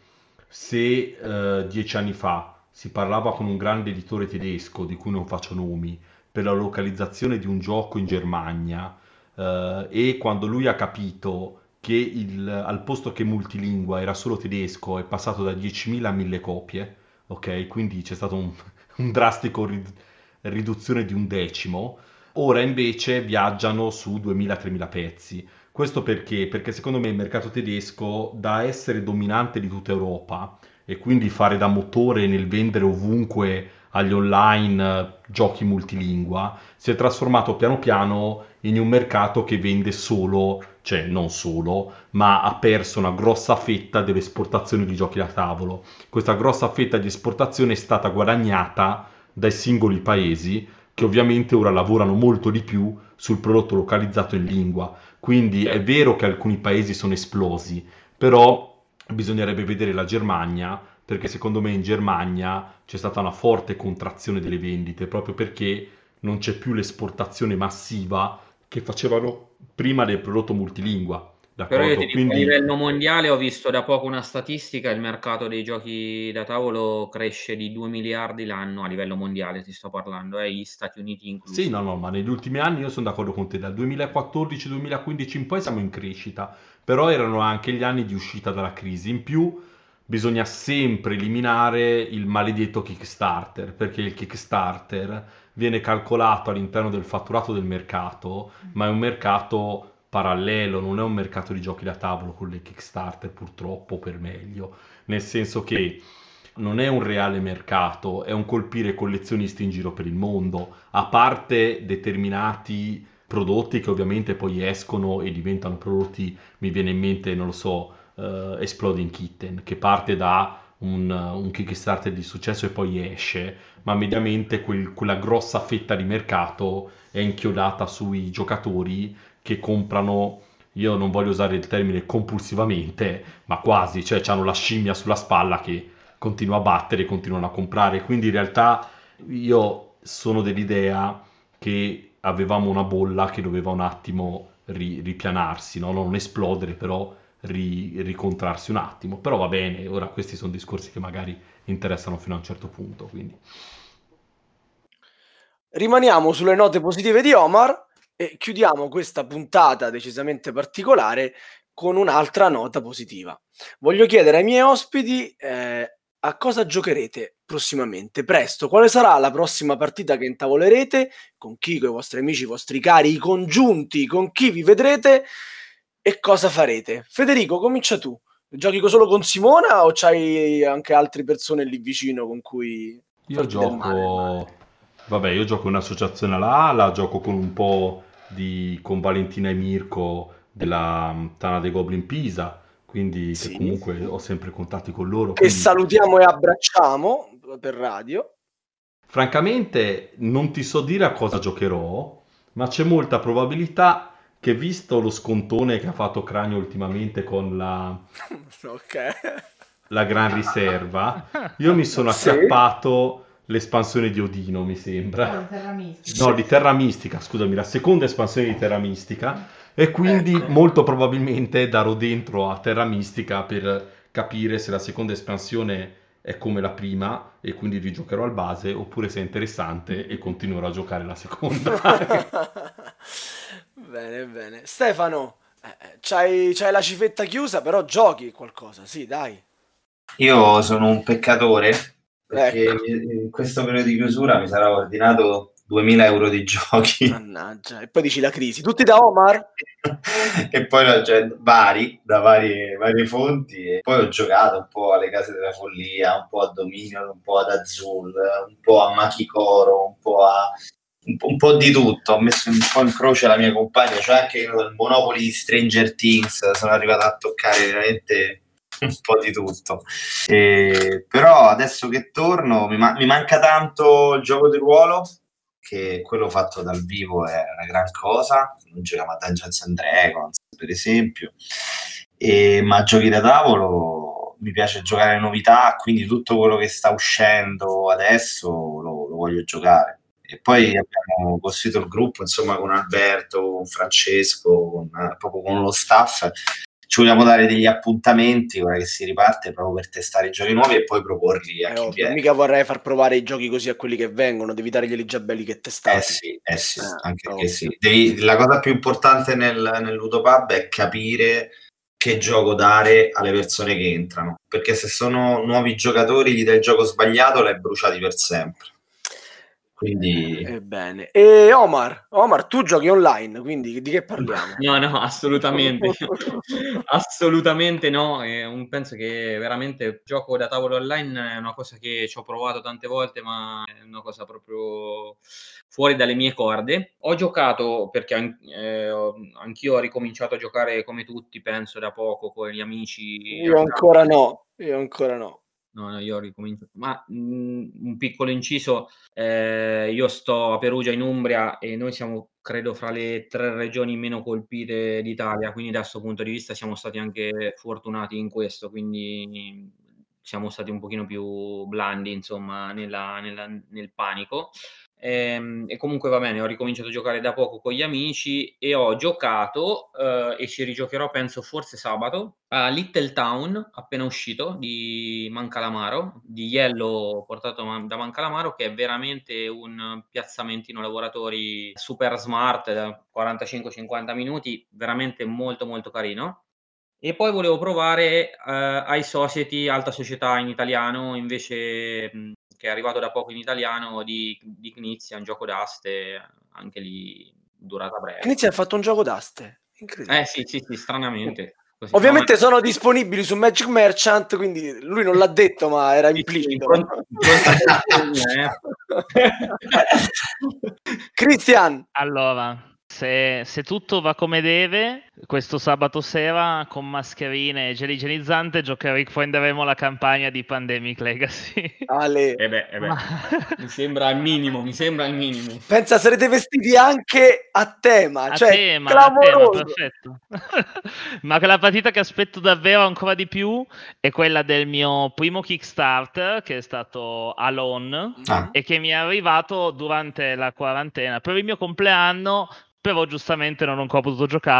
se eh, dieci anni fa si parlava con un grande editore tedesco, di cui non faccio nomi, per la localizzazione di un gioco in Germania, eh, e quando lui ha capito che il- al posto che multilingua era solo tedesco, è passato da diecimila a mille copie, ok? Quindi c'è stato un, un drastico rid- riduzione di un decimo. Ora invece viaggiano su duemila-tremila pezzi. Questo perché? Perché secondo me il mercato tedesco, da essere dominante di tutta Europa e quindi fare da motore nel vendere ovunque agli online eh, giochi multilingua, si è trasformato piano piano in un mercato che vende solo, cioè non solo, ma ha perso una grossa fetta delle esportazioni di giochi da tavolo. Questa grossa fetta di esportazione è stata guadagnata dai singoli paesi che ovviamente ora lavorano molto di più sul prodotto localizzato in lingua. Quindi è Certo. vero che alcuni paesi sono esplosi, però bisognerebbe vedere la Germania, perché secondo me in Germania c'è stata una forte contrazione delle vendite, proprio perché non c'è più l'esportazione massiva che facevano prima del prodotto multilingua, Però io ti d'accordo? dico, a Quindi livello mondiale ho visto da poco una statistica, il mercato dei giochi da tavolo cresce di due miliardi l'anno a livello mondiale, ti sto parlando, eh, gli Stati Uniti sì, inclusi. no, no, ma negli ultimi anni io sono d'accordo con te, dal duemilaquattordici-duemilaquindici in poi siamo in crescita, però erano anche gli anni di uscita dalla crisi. In più bisogna sempre eliminare il maledetto Kickstarter, perché il Kickstarter viene calcolato all'interno del fatturato del mercato, ma è un mercato parallelo, non è un mercato di giochi da tavolo con le Kickstarter, purtroppo, per meglio, nel senso che non è un reale mercato, è un colpire collezionisti in giro per il mondo, a parte determinati prodotti che ovviamente poi escono e diventano prodotti, mi viene in mente, non lo so, eh, Exploding Kitten, che parte da un, un Kickstarter di successo e poi esce, ma mediamente quel- quella grossa fetta di mercato è inchiodata sui giocatori che comprano, io non voglio usare il termine compulsivamente, ma quasi, cioè hanno la scimmia sulla spalla che continua a battere, continuano a comprare. Quindi in realtà io sono dell'idea che avevamo una bolla che doveva un attimo ri- ripianarsi, no? Non esplodere, però ri- ricontrarsi un attimo. Però va bene, ora questi sono discorsi che magari interessano fino a un certo punto. Quindi. rimaniamo sulle note positive di Omar e chiudiamo questa puntata decisamente particolare con un'altra nota positiva. Voglio chiedere ai miei ospiti eh, a cosa giocherete prossimamente, presto. Quale sarà la prossima partita che intavolerete? Con chi? Con i vostri amici, i vostri cari, i congiunti? Con chi vi vedrete? E cosa farete? Federico, comincia tu. Giochi solo con Simona o c'hai anche altre persone lì vicino con cui Io farti del male? gioco, vabbè, io gioco in associazione alla ALA, gioco con un po' di, con Valentina e Mirko della mm, Tana dei Goblin Pisa, quindi che Sì. comunque ho sempre contatti con loro. Che Quindi, salutiamo e abbracciamo per radio. francamente, non ti so dire a cosa giocherò, ma c'è molta probabilità che, visto lo scontone che ha fatto Cranio ultimamente con la, Ok. la Gran Riserva, io mi sono Sì. acchiappato l'espansione di Odino, mi sembra. No, Terra Mistica. No, di Terra Mistica, scusami, la seconda espansione di Terra Mistica, e quindi Ecco. molto probabilmente darò dentro a Terra Mistica per capire se la seconda espansione è come la prima e quindi rigiocherò al base, oppure se è interessante e continuerò a giocare la seconda. Bene, bene. Stefano, eh, c'hai, c'hai la cifetta chiusa, però giochi qualcosa, sì, dai. Io sono un peccatore perché Ecco. in questo periodo di chiusura mi sarà ordinato duemila euro di giochi. Mannaggia. E poi dici la crisi. Tutti da Omar? E poi no, cioè, vari, da varie, varie fonti, e poi ho giocato un po' alle Case della Follia, un po' a Dominion, un po' ad Azul, un po' a Machikoro, un po' a un po', un po' di tutto. Ho messo un po' in croce la mia compagna, cioè anche il Monopoli di Stranger Things, sono arrivato a toccare veramente un po' di tutto. E, però adesso che torno mi, ma- mi manca tanto il gioco di ruolo, che quello fatto dal vivo è una gran cosa. Non giochiamo a Dungeons and Dragons, per esempio, e, ma a giochi da tavolo mi piace giocare le novità, quindi tutto quello che sta uscendo adesso lo, lo voglio giocare. E poi abbiamo costruito il gruppo, insomma, con Alberto, con Francesco, con, proprio con lo staff. Ci vogliamo dare degli appuntamenti ora che si riparte, proprio per testare i giochi nuovi e poi proporli a Eh, chi ovvio, viene. mica vorrei far provare i giochi così a quelli che vengono, devi darglieli già belli che testati. Eh sì, eh sì, Eh, anche ovvio. che sì. Devi, la cosa più importante nel, nel Ludopub è capire che gioco dare alle persone che entrano, perché se sono nuovi giocatori gli dai il gioco sbagliato, l'hai bruciati per sempre. Quindi Ebbene. E Omar, Omar, tu giochi online, quindi di che parliamo? No, no, assolutamente. Assolutamente no. È un, penso che veramente gioco da tavolo online è una cosa che ci ho provato tante volte, ma è una cosa proprio fuori dalle mie corde. Ho giocato perché an- eh, ho- anch'io ho ricominciato a giocare come tutti, penso da poco con gli amici. Io ancora no, io ancora no. No, no, io ho ricominciato. Ma mh, un piccolo inciso, eh, io sto a Perugia in Umbria e noi siamo, credo, fra le tre regioni meno colpite d'Italia, quindi da questo punto di vista siamo stati anche fortunati in questo, quindi siamo stati un pochino più blandi, insomma, nella, nella, nel panico. E, e comunque va bene, ho ricominciato a giocare da poco con gli amici e ho giocato eh, e ci rigiocherò penso forse sabato a Little Town appena uscito di Mancalamaro, di Yellow portato da Mancalamaro, che è veramente un piazzamentino lavoratori super smart da quarantacinque cinquanta minuti, veramente molto molto carino. E poi volevo provare uh, iSociety, Alta Società in italiano, invece mh, che è arrivato da poco in italiano, di, di Knizia, un gioco d'aste, anche lì durata breve. Knizia ha fatto un gioco d'aste, incredibile. Eh sì, sì, sì, stranamente. Così, Ovviamente no, ma... sono disponibili su Magic Merchant, quindi lui non l'ha detto, ma era sì, implicito. Sì, eh. Christian. Allora, se, se tutto va come deve, questo sabato sera con mascherine e gel igienizzante giocheremo, prenderemo la campagna di Pandemic Legacy. Ale. Eh beh, eh beh. Ma... mi sembra il minimo, mi sembra il minimo. Pensa, sarete vestiti anche a tema, a cioè tema, clamoroso. a tema, perfetto. Ma la partita che aspetto davvero ancora di più è quella del mio primo Kickstarter, che è stato Alone, ah. e che mi è arrivato durante la quarantena per il mio compleanno, però giustamente non ho ancora potuto giocarlo e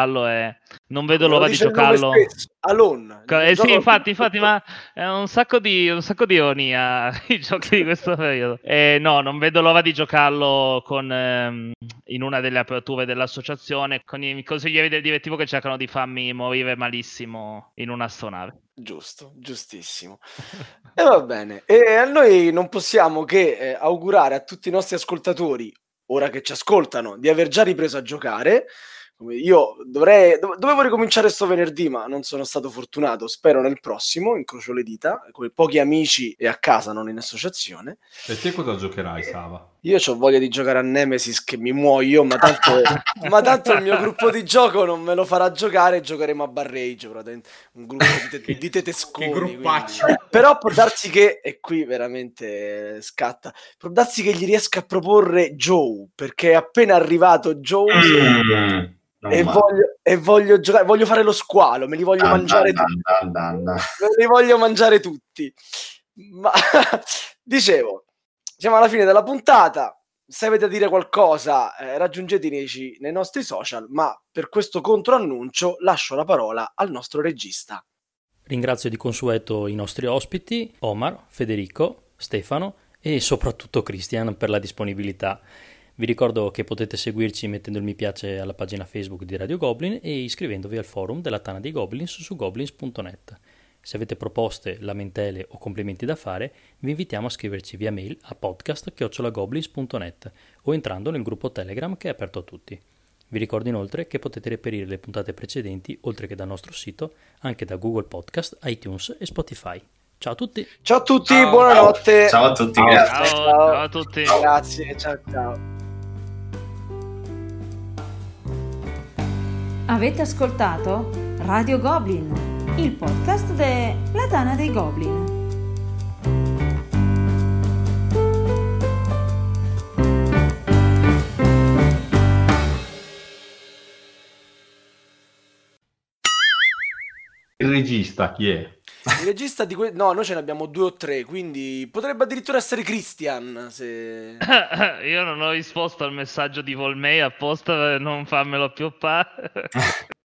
eh, non vedo Me lo l'ora di dice il nome giocarlo. stesso, Alone. Co- Il Eh sì, gioco- infatti, infatti, ma è un sacco di, un sacco di ironia i giochi di questo periodo. Eh, no, non vedo l'ora di giocarlo con, ehm, in una delle aperture dell'associazione con i consiglieri del direttivo che cercano di farmi morire malissimo in un'astronave. Giusto, giustissimo. E va bene. E a noi non possiamo che eh, augurare a tutti i nostri ascoltatori, ora che ci ascoltano, di aver già ripreso a giocare. Come Io dovrei, dove- dovevo ricominciare sto venerdì, ma non sono stato fortunato. Spero nel prossimo, incrocio le dita, con pochi amici e a casa, non in associazione. E te cosa giocherai, Sava? Io ho voglia di giocare a Nemesis che mi muoio, ma tanto, ma tanto il mio gruppo di gioco non me lo farà giocare. Giocheremo a Barrage, praticamente, un gruppo di, te- di tetesconi. Che gruppaccio. quindi- Però può darsi che, e qui veramente scatta, può darsi che gli riesca a proporre Joe, perché è appena arrivato Joe Mm, non e, male. voglio, e voglio giocare, voglio fare lo squalo, me li voglio Dan, mangiare dan, tutti. dan, dan, dan. Me li voglio mangiare tutti. Ma dicevo, siamo alla fine della puntata. Se avete a dire qualcosa, eh, raggiungeteci nei nostri social, ma per questo controannuncio lascio la parola al nostro regista. Ringrazio di consueto i nostri ospiti, Omar, Federico, Stefano e soprattutto Christian per la disponibilità. Vi ricordo che potete seguirci mettendo il mi piace alla pagina Facebook di Radio Goblin e iscrivendovi al forum della Tana dei Goblins su goblins punto net. Se avete proposte, lamentele o complimenti da fare, vi invitiamo a scriverci via mail a podcast chiocciola goblins punto net o entrando nel gruppo Telegram che è aperto a tutti. Vi ricordo inoltre che potete reperire le puntate precedenti, oltre che dal nostro sito, anche da Google Podcast, iTunes e Spotify. Ciao a tutti! Ciao a tutti, Ciao. buonanotte. Ciao a tutti, Ciao. grazie. Ciao, ciao a tutti. Grazie, ciao ciao. Avete ascoltato Radio Goblin, il podcast della Tana dei Goblin. Il regista chi è? Il regista di que- no, noi ce ne abbiamo due o tre, quindi potrebbe addirittura essere Christian. Se... Io non ho risposto al messaggio di Volmei apposta per non farmelo pioppare.